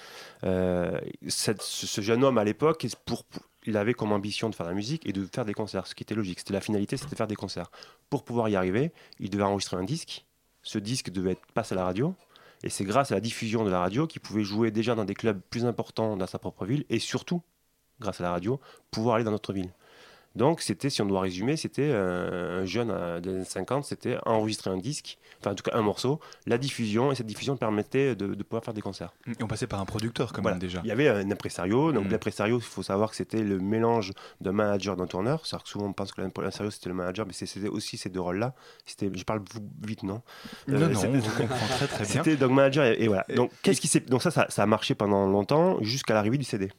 S11: Ce jeune homme, à l'époque, il avait comme ambition de faire de la musique et de faire des concerts, ce qui était logique. C'était la finalité, c'était de faire des concerts. Pour pouvoir y arriver, il devait enregistrer un disque. Ce disque devait être passé à la radio. Et c'est grâce à la diffusion de la radio qu'il pouvait jouer déjà dans des clubs plus importants dans sa propre ville. Et surtout, grâce à la radio, pouvoir aller dans notre ville. Donc, si on doit résumer, c'était un jeune de 50, c'était enregistrer un disque, enfin en tout cas un morceau, la diffusion, et cette diffusion permettait de pouvoir faire des concerts.
S6: Et on passait par un producteur quand même déjà.
S11: Il y avait un impresario, donc l'impresario, il faut savoir que c'était le mélange d'un manager, d'un tourneur. C'est-à-dire que souvent on pense que l'impresario c'était le manager, mais c'était aussi ces deux rôles-là. Je parle vite, non
S6: Non, on vous comprend très bien.
S11: C'était donc manager et voilà. Donc, donc ça a marché pendant longtemps, jusqu'à l'arrivée du CD.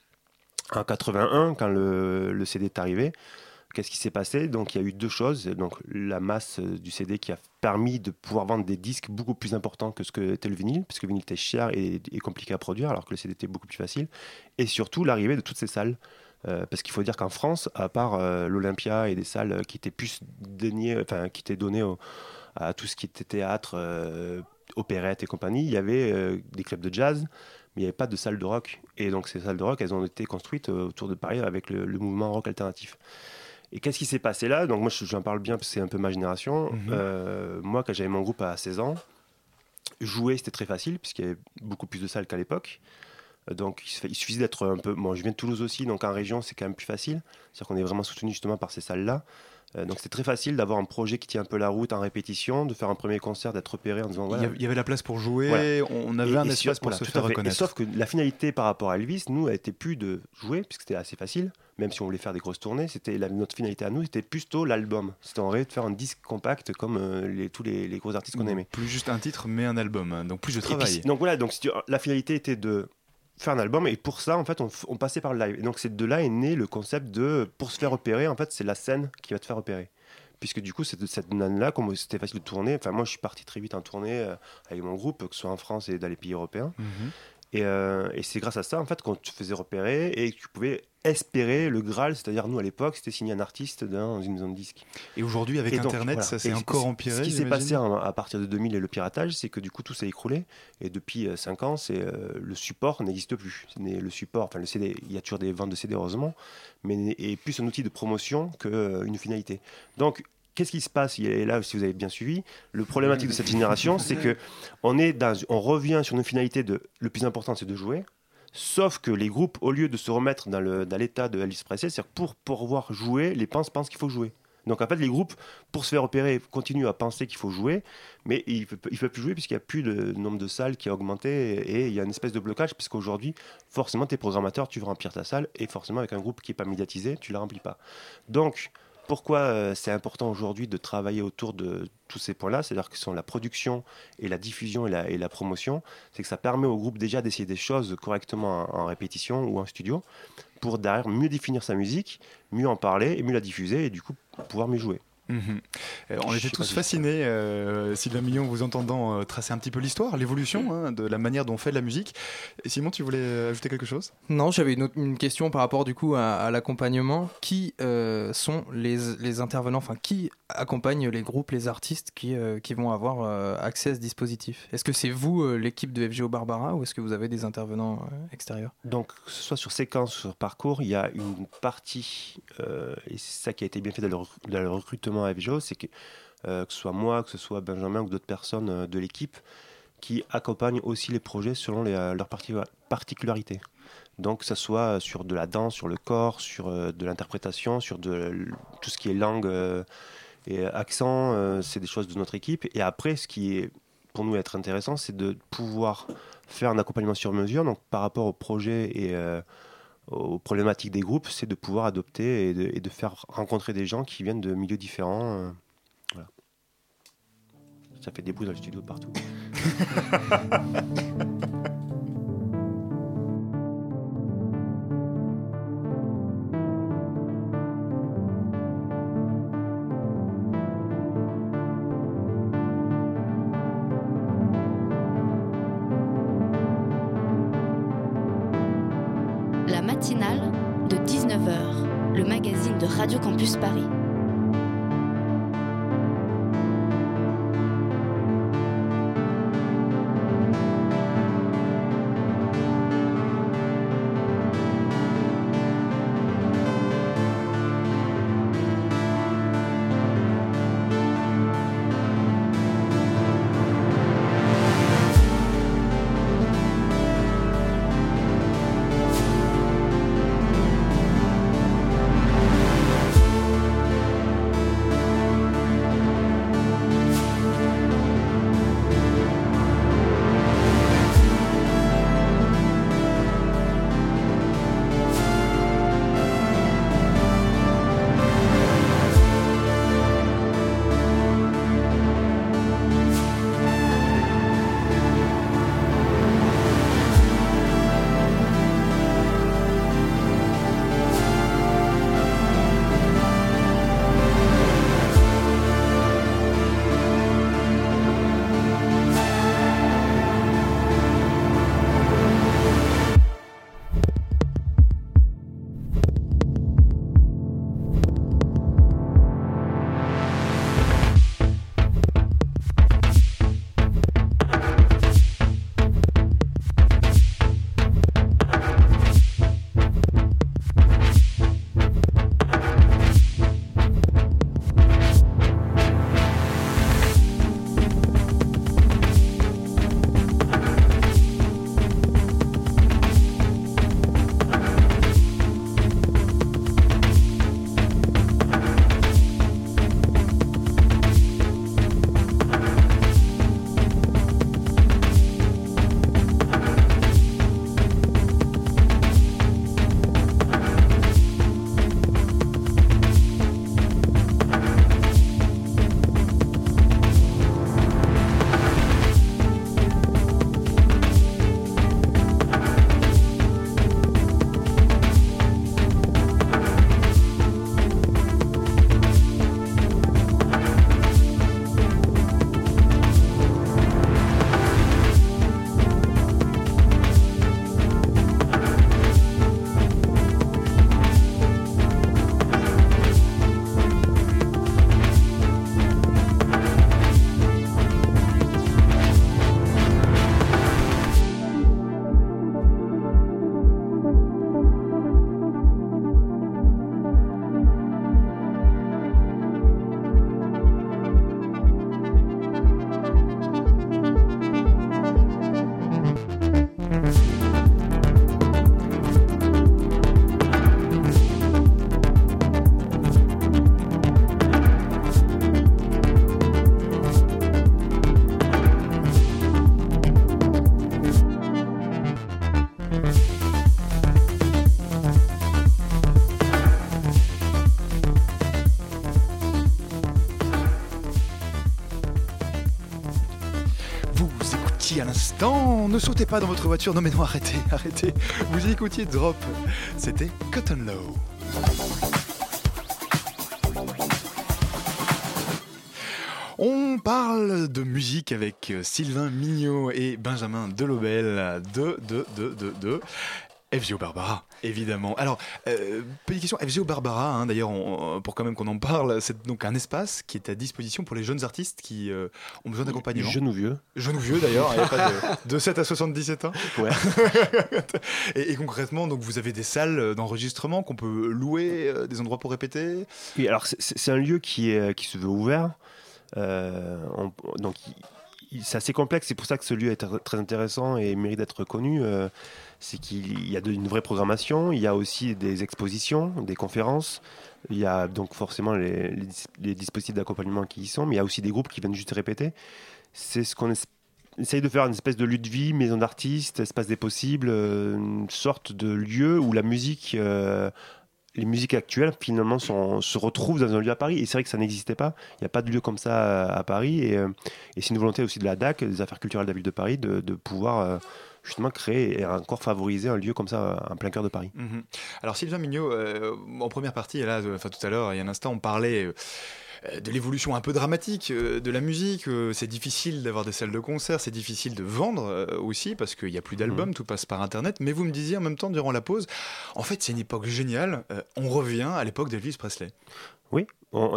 S11: En 81, quand le CD est arrivé, qu'est-ce qui s'est passé? Donc il y a eu deux choses. Donc la masse du CD qui a permis de pouvoir vendre des disques beaucoup plus importants que ce que était le vinyle, parce que le vinyle était cher et compliqué à produire, alors que le CD était beaucoup plus facile. Et surtout l'arrivée de toutes ces salles. Parce qu'il faut dire qu'en France, à part l'Olympia et des salles qui étaient plus qui étaient données à tout ce qui était théâtre, opérette et compagnie, il y avait des clubs de jazz. Mais il n'y avait pas de salle de rock. Et donc ces salles de rock, elles ont été construites autour de Paris avec le mouvement rock alternatif. Et qu'est-ce qui s'est passé là? Donc moi, j'en parle bien parce que c'est un peu ma génération. Moi, quand j'avais mon groupe à 16 ans, jouer, c'était très facile puisqu'il y avait beaucoup plus de salles qu'à l'époque. Donc il suffisait d'être un peu... Moi, je viens de Toulouse aussi, donc en région, c'est quand même plus facile. C'est-à-dire qu'on est vraiment soutenu justement par ces salles-là. Donc c'était très facile d'avoir un projet qui tient un peu la route en répétition, de faire un premier concert, d'être repéré en disant voilà.
S6: Il y avait la place pour jouer, on avait un espace pour se faire reconnaître.
S11: Et sauf que la finalité par rapport à Elvis, nous, elle était plus de jouer, puisque c'était assez facile, même si on voulait faire des grosses tournées, notre finalité à nous, c'était plutôt l'album. C'était en réalité de faire un disque compact comme tous les gros artistes qu'on aimait.
S6: Plus juste un titre, mais un album, donc plus de travail.
S11: Donc voilà, la finalité était de faire un album, et pour ça en fait on passait par le live, et donc c'est de là est né le concept de pour se faire repérer, en fait c'est la scène qui va te faire repérer, puisque du coup c'est de cette là comme c'était facile de tourner, enfin moi je suis parti très vite en tournée avec mon groupe, que ce soit en France et dans les pays européens. Et c'est grâce à ça en fait qu'on te faisait repérer et que tu pouvais espérer le Graal, c'est-à-dire nous à l'époque c'était signer un artiste dans une maison de disque.
S6: Et aujourd'hui avec Internet, ça s'est encore empiré.
S11: Ce qui s'est passé à partir de 2000 et le piratage, c'est que du coup tout s'est écroulé, et depuis 5 ans le support n'existe plus. Le support, enfin le CD, il y a toujours des ventes de CD heureusement, mais est plus un outil de promotion qu'une finalité. Donc qu'est-ce qui se passe? Et là, si vous avez bien suivi, le problématique de cette génération, c'est que on revient sur une finalité le plus important, c'est de jouer. Sauf que les groupes, au lieu de se remettre dans l'état de Elvis Presley, c'est-à-dire pour pouvoir jouer, les pensent qu'il faut jouer. Donc en fait, les groupes, pour se faire repérer, continuent à penser qu'il faut jouer, mais ils ne peuvent plus jouer puisqu'il n'y a plus le nombre de salles qui a augmenté, et il y a une espèce de blocage, puisqu'aujourd'hui, forcément, tes programmateurs, tu veux remplir ta salle, et forcément, avec un groupe qui n'est pas médiatisé, tu ne la remplis pas. Donc, pourquoi c'est important aujourd'hui de travailler autour de tous ces points-là, c'est-à-dire que ce sont la production et la diffusion et la promotion, c'est que ça permet au groupe déjà d'essayer des choses correctement en répétition ou en studio, pour derrière mieux définir sa musique, mieux en parler et mieux la diffuser, et du coup pouvoir mieux jouer.
S6: On était tous fascinés, Sylvain Millon, vous entendant tracer un petit peu l'histoire, l'évolution de la manière dont on fait de la musique. Et Simon, tu voulais ajouter quelque chose?
S13: Non, j'avais une question par rapport du coup à l'accompagnement. Qui sont les intervenants, enfin qui accompagne les groupes, les artistes qui vont avoir accès à ce dispositif? Est-ce que c'est vous, l'équipe de FGO Barbara, ou est-ce que vous avez des intervenants extérieurs?
S11: Donc, que ce soit sur séquence, sur parcours, il y a une partie, et c'est ça qui a été bien fait dans le recrutement à FGO, c'est que ce soit moi, que ce soit Benjamin ou d'autres personnes de l'équipe qui accompagnent aussi les projets selon leurs particularités. Donc que ce soit sur de la danse, sur le corps, sur de l'interprétation, sur tout ce qui est langue et accent, c'est des choses de notre équipe. Et après, ce qui est pour nous être intéressant, c'est de pouvoir faire un accompagnement sur mesure. Donc par rapport au projet et aux problématiques des groupes, c'est de pouvoir adopter et de faire rencontrer des gens qui viennent de milieux différents. Voilà. Ça fait des bruits dans le studio de partout.
S1: La matinale de 19h, le magazine de Radio Campus Paris.
S6: À l'instant, ne sautez pas dans votre voiture, non mais non, arrêtez. Vous écoutiez Drop, c'était Cotton Low. On parle de musique avec Sylvain Mignot et Benjamin Delobel de FGO Barbara, évidemment. Alors, petite question, FGO Barbara, d'ailleurs, pour quand même qu'on en parle, c'est donc un espace qui est à disposition pour les jeunes artistes qui ont besoin d'accompagnement.
S11: Jeunes ou vieux.
S6: Jeunes ou vieux, d'ailleurs, il n'y a pas de 7 à 77 ans. Ouais. et concrètement, donc, vous avez des salles d'enregistrement qu'on peut louer, des endroits pour répéter.
S11: Oui, alors c'est un lieu qui se veut ouvert. Donc, c'est assez complexe, c'est pour ça que ce lieu est très intéressant et mérite d'être connu. C'est qu'il y a une vraie programmation, il y a aussi des expositions, des conférences, il y a donc forcément les dispositifs d'accompagnement qui y sont, mais il y a aussi des groupes qui viennent juste répéter. C'est ce qu'on essaye de faire une espèce de lieu de vie, maison d'artistes, espace des possibles, une sorte de lieu où la musique, les musiques actuelles finalement se retrouvent dans un lieu à Paris. Et c'est vrai que ça n'existait pas. Il n'y a pas de lieu comme ça à Paris. Et c'est une volonté aussi de la DAC, des Affaires culturelles de la ville de Paris, de pouvoir justement créer et encore favoriser un lieu comme ça en plein cœur de Paris.
S6: Alors Sylvain Mignot, en première partie, là, tout à l'heure, il y a un instant, on parlait de l'évolution un peu dramatique de la musique. C'est difficile d'avoir des salles de concert, c'est difficile de vendre aussi parce qu'il n'y a plus d'albums, tout passe par Internet. Mais vous me disiez en même temps, durant la pause, en fait c'est une époque géniale. On revient à l'époque d'Elvis Presley.
S11: Oui.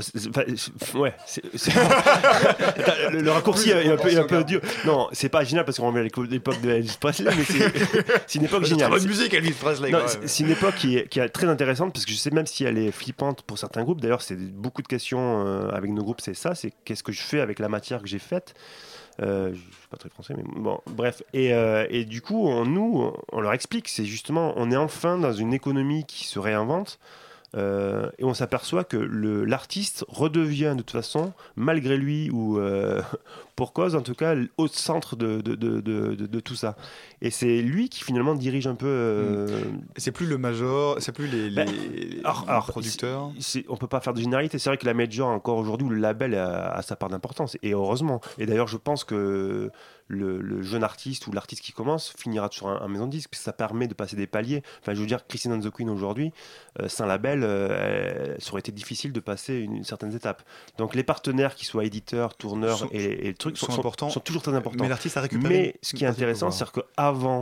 S11: Le raccourci est un peu dur. Non, c'est pas génial parce qu'on revient à l'époque d'Elvis Presley, mais c'est une époque géniale.
S6: C'est bonne musique, Elvis Presley.
S11: Non, c'est une époque qui est très intéressante parce que je sais même si elle est flippante pour certains groupes. D'ailleurs, c'est beaucoup de questions avec nos groupes, c'est qu'est-ce que je fais avec la matière que j'ai faite. Je suis pas très français, mais bon, bref. Et du coup, on leur explique, c'est justement, on est enfin dans une économie qui se réinvente. Et on s'aperçoit que l'artiste redevient de toute façon, malgré lui ou pour cause en tout cas, au centre de tout ça. Et c'est lui qui finalement dirige un peu.
S6: C'est plus le major, c'est plus les producteurs.
S11: On peut pas faire de généralité. C'est vrai que la major encore aujourd'hui, ou le label a sa part d'importance. Et heureusement. Et d'ailleurs, je pense que le jeune artiste ou l'artiste qui commence finira sur un maison de disque, parce que ça permet de passer des paliers. Enfin, je veux dire, Christine and the Queen aujourd'hui, sans label, ça aurait été difficile de passer une certaine étape. Donc les partenaires, qui soient éditeurs, tourneurs et le truc, sont importants, sont toujours très importants.
S6: Mais l'artiste a récupéré.
S11: Mais ce qui est intéressant, c'est qu'avant,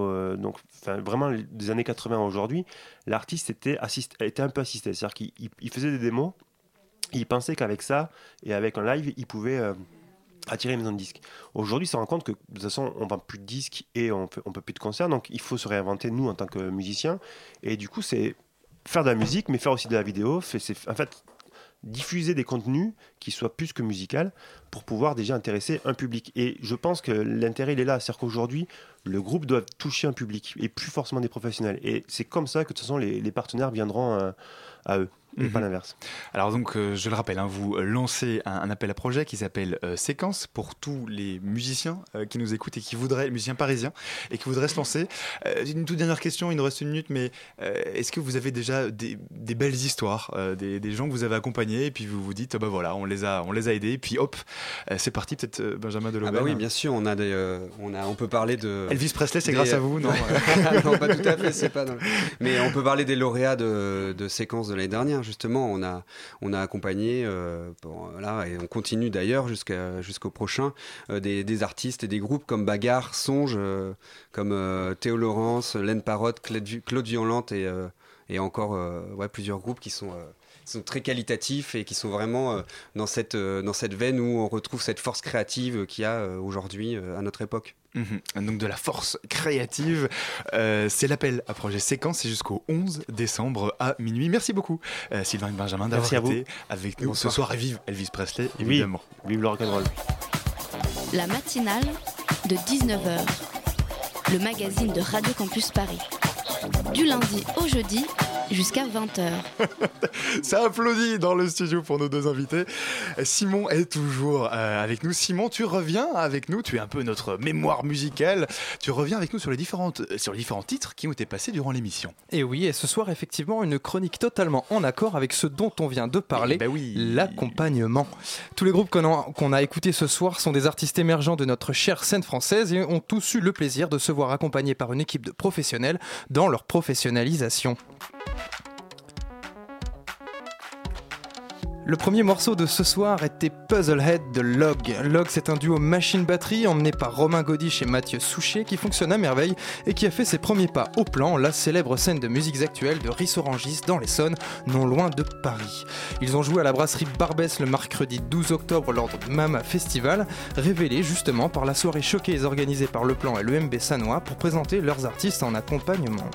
S11: vraiment des années 80 à aujourd'hui, l'artiste était un peu assisté. C'est-à-dire qu'il faisait des démos, il pensait qu'avec ça et avec un live, il pouvait attirer les maisons de disques. Aujourd'hui, on se rend compte que de toute façon, on ne vend plus de disques et on peut plus de concerts, donc il faut se réinventer, nous, en tant que musiciens. Et du coup, c'est faire de la musique, mais faire aussi de la vidéo. En fait, diffuser des contenus qui soient plus que musicaux pour pouvoir déjà intéresser un public. Et je pense que l'intérêt, il est là. C'est-à-dire qu'aujourd'hui, le groupe doit toucher un public et plus forcément des professionnels. Et c'est comme ça que de toute façon, les partenaires viendront à eux. Et pas l'inverse.
S6: Alors donc, je le rappelle, vous lancez un appel à projet qui s'appelle Séquence pour tous les musiciens qui nous écoutent et qui voudraient, musiciens parisiens, et qui voudraient se lancer. Une toute dernière question, il nous reste une minute, mais est-ce que vous avez déjà des belles histoires, des gens que vous avez accompagnés, et puis vous vous dites, voilà, on les a aidés, et puis hop, c'est parti, peut-être Benjamin Delobel.
S12: Ah bah oui, bien sûr, on peut parler de...
S6: Elvis Presley, c'est grâce à vous, non?
S12: Non, pas tout à fait, c'est pas... Mais on peut parler des lauréats de Séquence de l'année dernière. Justement, on a accompagné, et on continue d'ailleurs jusqu'au prochain, des artistes et des groupes comme Bagarre, Songe, comme Théo Laurence, Laine Parotte, Claude Violente et encore plusieurs groupes qui sont très qualitatifs et qui sont vraiment dans cette veine où on retrouve cette force créative qu'il y a aujourd'hui à notre époque.
S6: Donc de la force créative, c'est l'appel à projet Séquence, c'est jusqu'au 11 décembre à minuit. Merci beaucoup Sylvain et Benjamin d'avoir été avec nous ce soir, et vive Elvis Presley évidemment.
S11: Oui, vive le rock'n'roll.
S1: La matinale de 19h, le magazine de Radio Campus Paris, du lundi au jeudi jusqu'à 20h.
S6: Ça applaudit dans le studio pour nos deux invités. Simon est toujours avec nous. Simon, tu reviens avec nous, tu es un peu notre mémoire musicale. Tu reviens avec nous sur les différents titres qui ont été passés durant l'émission.
S13: Et oui, et ce soir, effectivement, une chronique totalement en accord avec ce dont on vient de parler, l'accompagnement. Tous les groupes qu'on a écoutés ce soir sont des artistes émergents de notre chère scène française et ont tous eu le plaisir de se voir accompagnés par une équipe de professionnels dans leur professionnalisation. Le premier morceau de ce soir était Puzzlehead de Log. Log, c'est un duo machine-batterie emmené par Romain Godiche et Mathieu Souchet qui fonctionne à merveille et qui a fait ses premiers pas au Plan, la célèbre scène de musiques actuelles de Ris-Orangis dans l'Essonne, non loin de Paris. Ils ont joué à la brasserie Barbès le mercredi 12 octobre lors du Mama Festival, révélé justement par la soirée Showcase organisée par Le Plan et le MB Sanois pour présenter leurs artistes en accompagnement.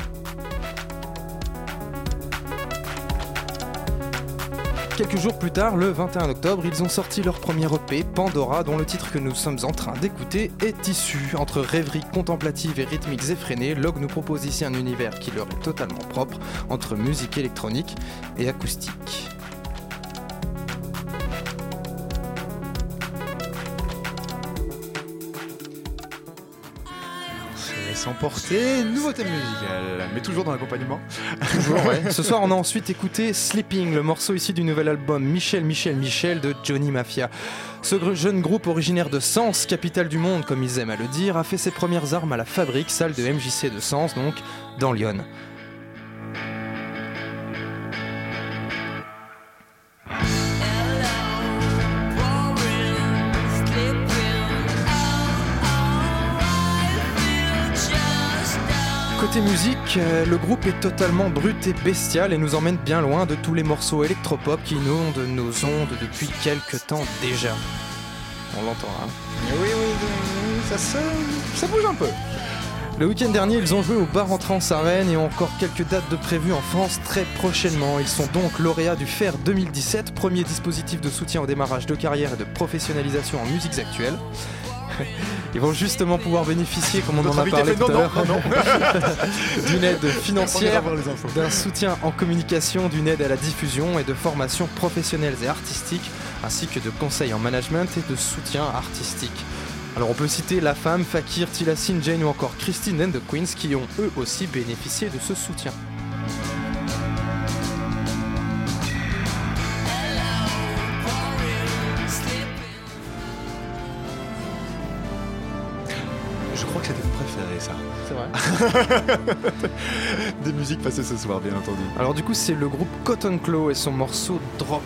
S13: Quelques jours plus tard, le 21 octobre, ils ont sorti leur premier EP, Pandora, dont le titre que nous sommes en train d'écouter est issu. Entre rêveries contemplatives et rythmiques effrénées, Log nous propose ici un univers qui leur est totalement propre, entre musique électronique et acoustique.
S6: s'emporter. Nouveau thème musical, mais toujours dans l'accompagnement.
S13: Toujours, ouais. Ce soir, on a ensuite écouté Sleeping, le morceau issu du nouvel album Michel de Johnny Mafia. Ce jeune groupe originaire de Sens, capitale du monde comme ils aiment à le dire, a fait ses premières armes à la Fabrique, salle de MJC de Sens, donc dans Lyon. Côté musique, le groupe est totalement brut et bestial et nous emmène bien loin de tous les morceaux électropop qui inondent nos ondes depuis quelques temps déjà. On l'entend, hein.
S6: Oui, ça bouge un peu.
S13: Le week-end dernier, ils ont joué au Bar en Trans à Rennes et ont encore quelques dates de prévues en France très prochainement. Ils sont donc lauréats du FER 2017, premier dispositif de soutien au démarrage de carrière et de professionnalisation en musiques actuelles. Ils vont justement pouvoir bénéficier, comme on en a parlé tout à l'heure, d'une aide financière, d'un soutien en communication, d'une aide à la diffusion et de formations professionnelles et artistiques, ainsi que de conseils en management et de soutien artistique. Alors on peut citer La Femme, Fakir, Tilassine, Jane ou encore Christine and the Queens qui ont eux aussi bénéficié de ce soutien.
S6: Je crois que c'était mon préféré, ça.
S13: C'est vrai.
S6: Des musiques passées ce soir, bien entendu.
S13: Alors du coup, c'est le groupe Cotton Claw et son morceau Drop.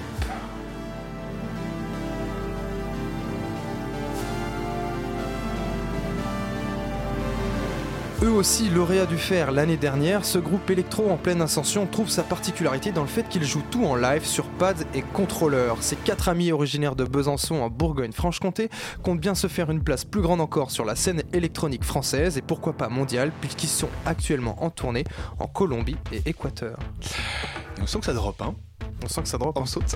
S13: Eux aussi lauréats du FER l'année dernière, ce groupe électro en pleine ascension trouve sa particularité dans le fait qu'il joue tout en live sur pad et contrôleur. Ces 4 amis originaires de Besançon en Bourgogne-Franche-Comté comptent bien se faire une place plus grande encore sur la scène électronique française et pourquoi pas mondiale, puisqu'ils sont actuellement en tournée en Colombie et Équateur.
S6: Et on sent que ça drop, hein.
S13: On sent que ça drop.
S6: On saute.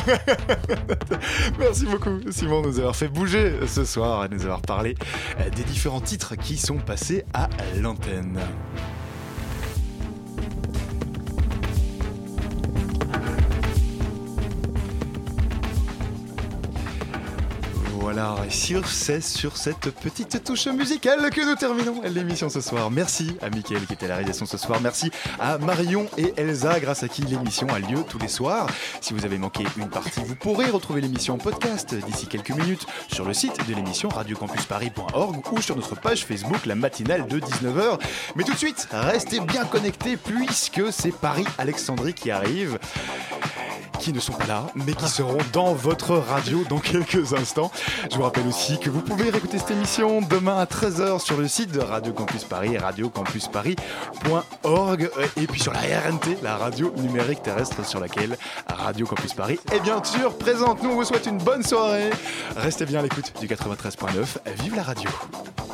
S6: Merci beaucoup, Simon, de nous avoir fait bouger ce soir et de nous avoir parlé des différents titres qui sont passés à l'antenne. Voilà, et c'est sur cette petite touche musicale que nous terminons l'émission ce soir. Merci à Mickaël qui était à la réalisation ce soir. Merci à Marion et Elsa, grâce à qui l'émission a lieu tous les soirs. Si vous avez manqué une partie, vous pourrez retrouver l'émission en podcast d'ici quelques minutes sur le site de l'émission radiocampusparis.org ou sur notre page Facebook, la matinale de 19h. Mais tout de suite, restez bien connectés puisque c'est Paris-Alexandrie qui arrive. Qui ne sont pas là, mais qui seront dans votre radio dans quelques instants. Je vous rappelle aussi que vous pouvez réécouter cette émission demain à 13h sur le site de Radio Campus Paris et radiocampusparis.org et puis sur la RNT, la radio numérique terrestre sur laquelle Radio Campus Paris est bien sûr présente. Nous on vous souhaite une bonne soirée. Restez bien à l'écoute du 93.9. Vive la radio.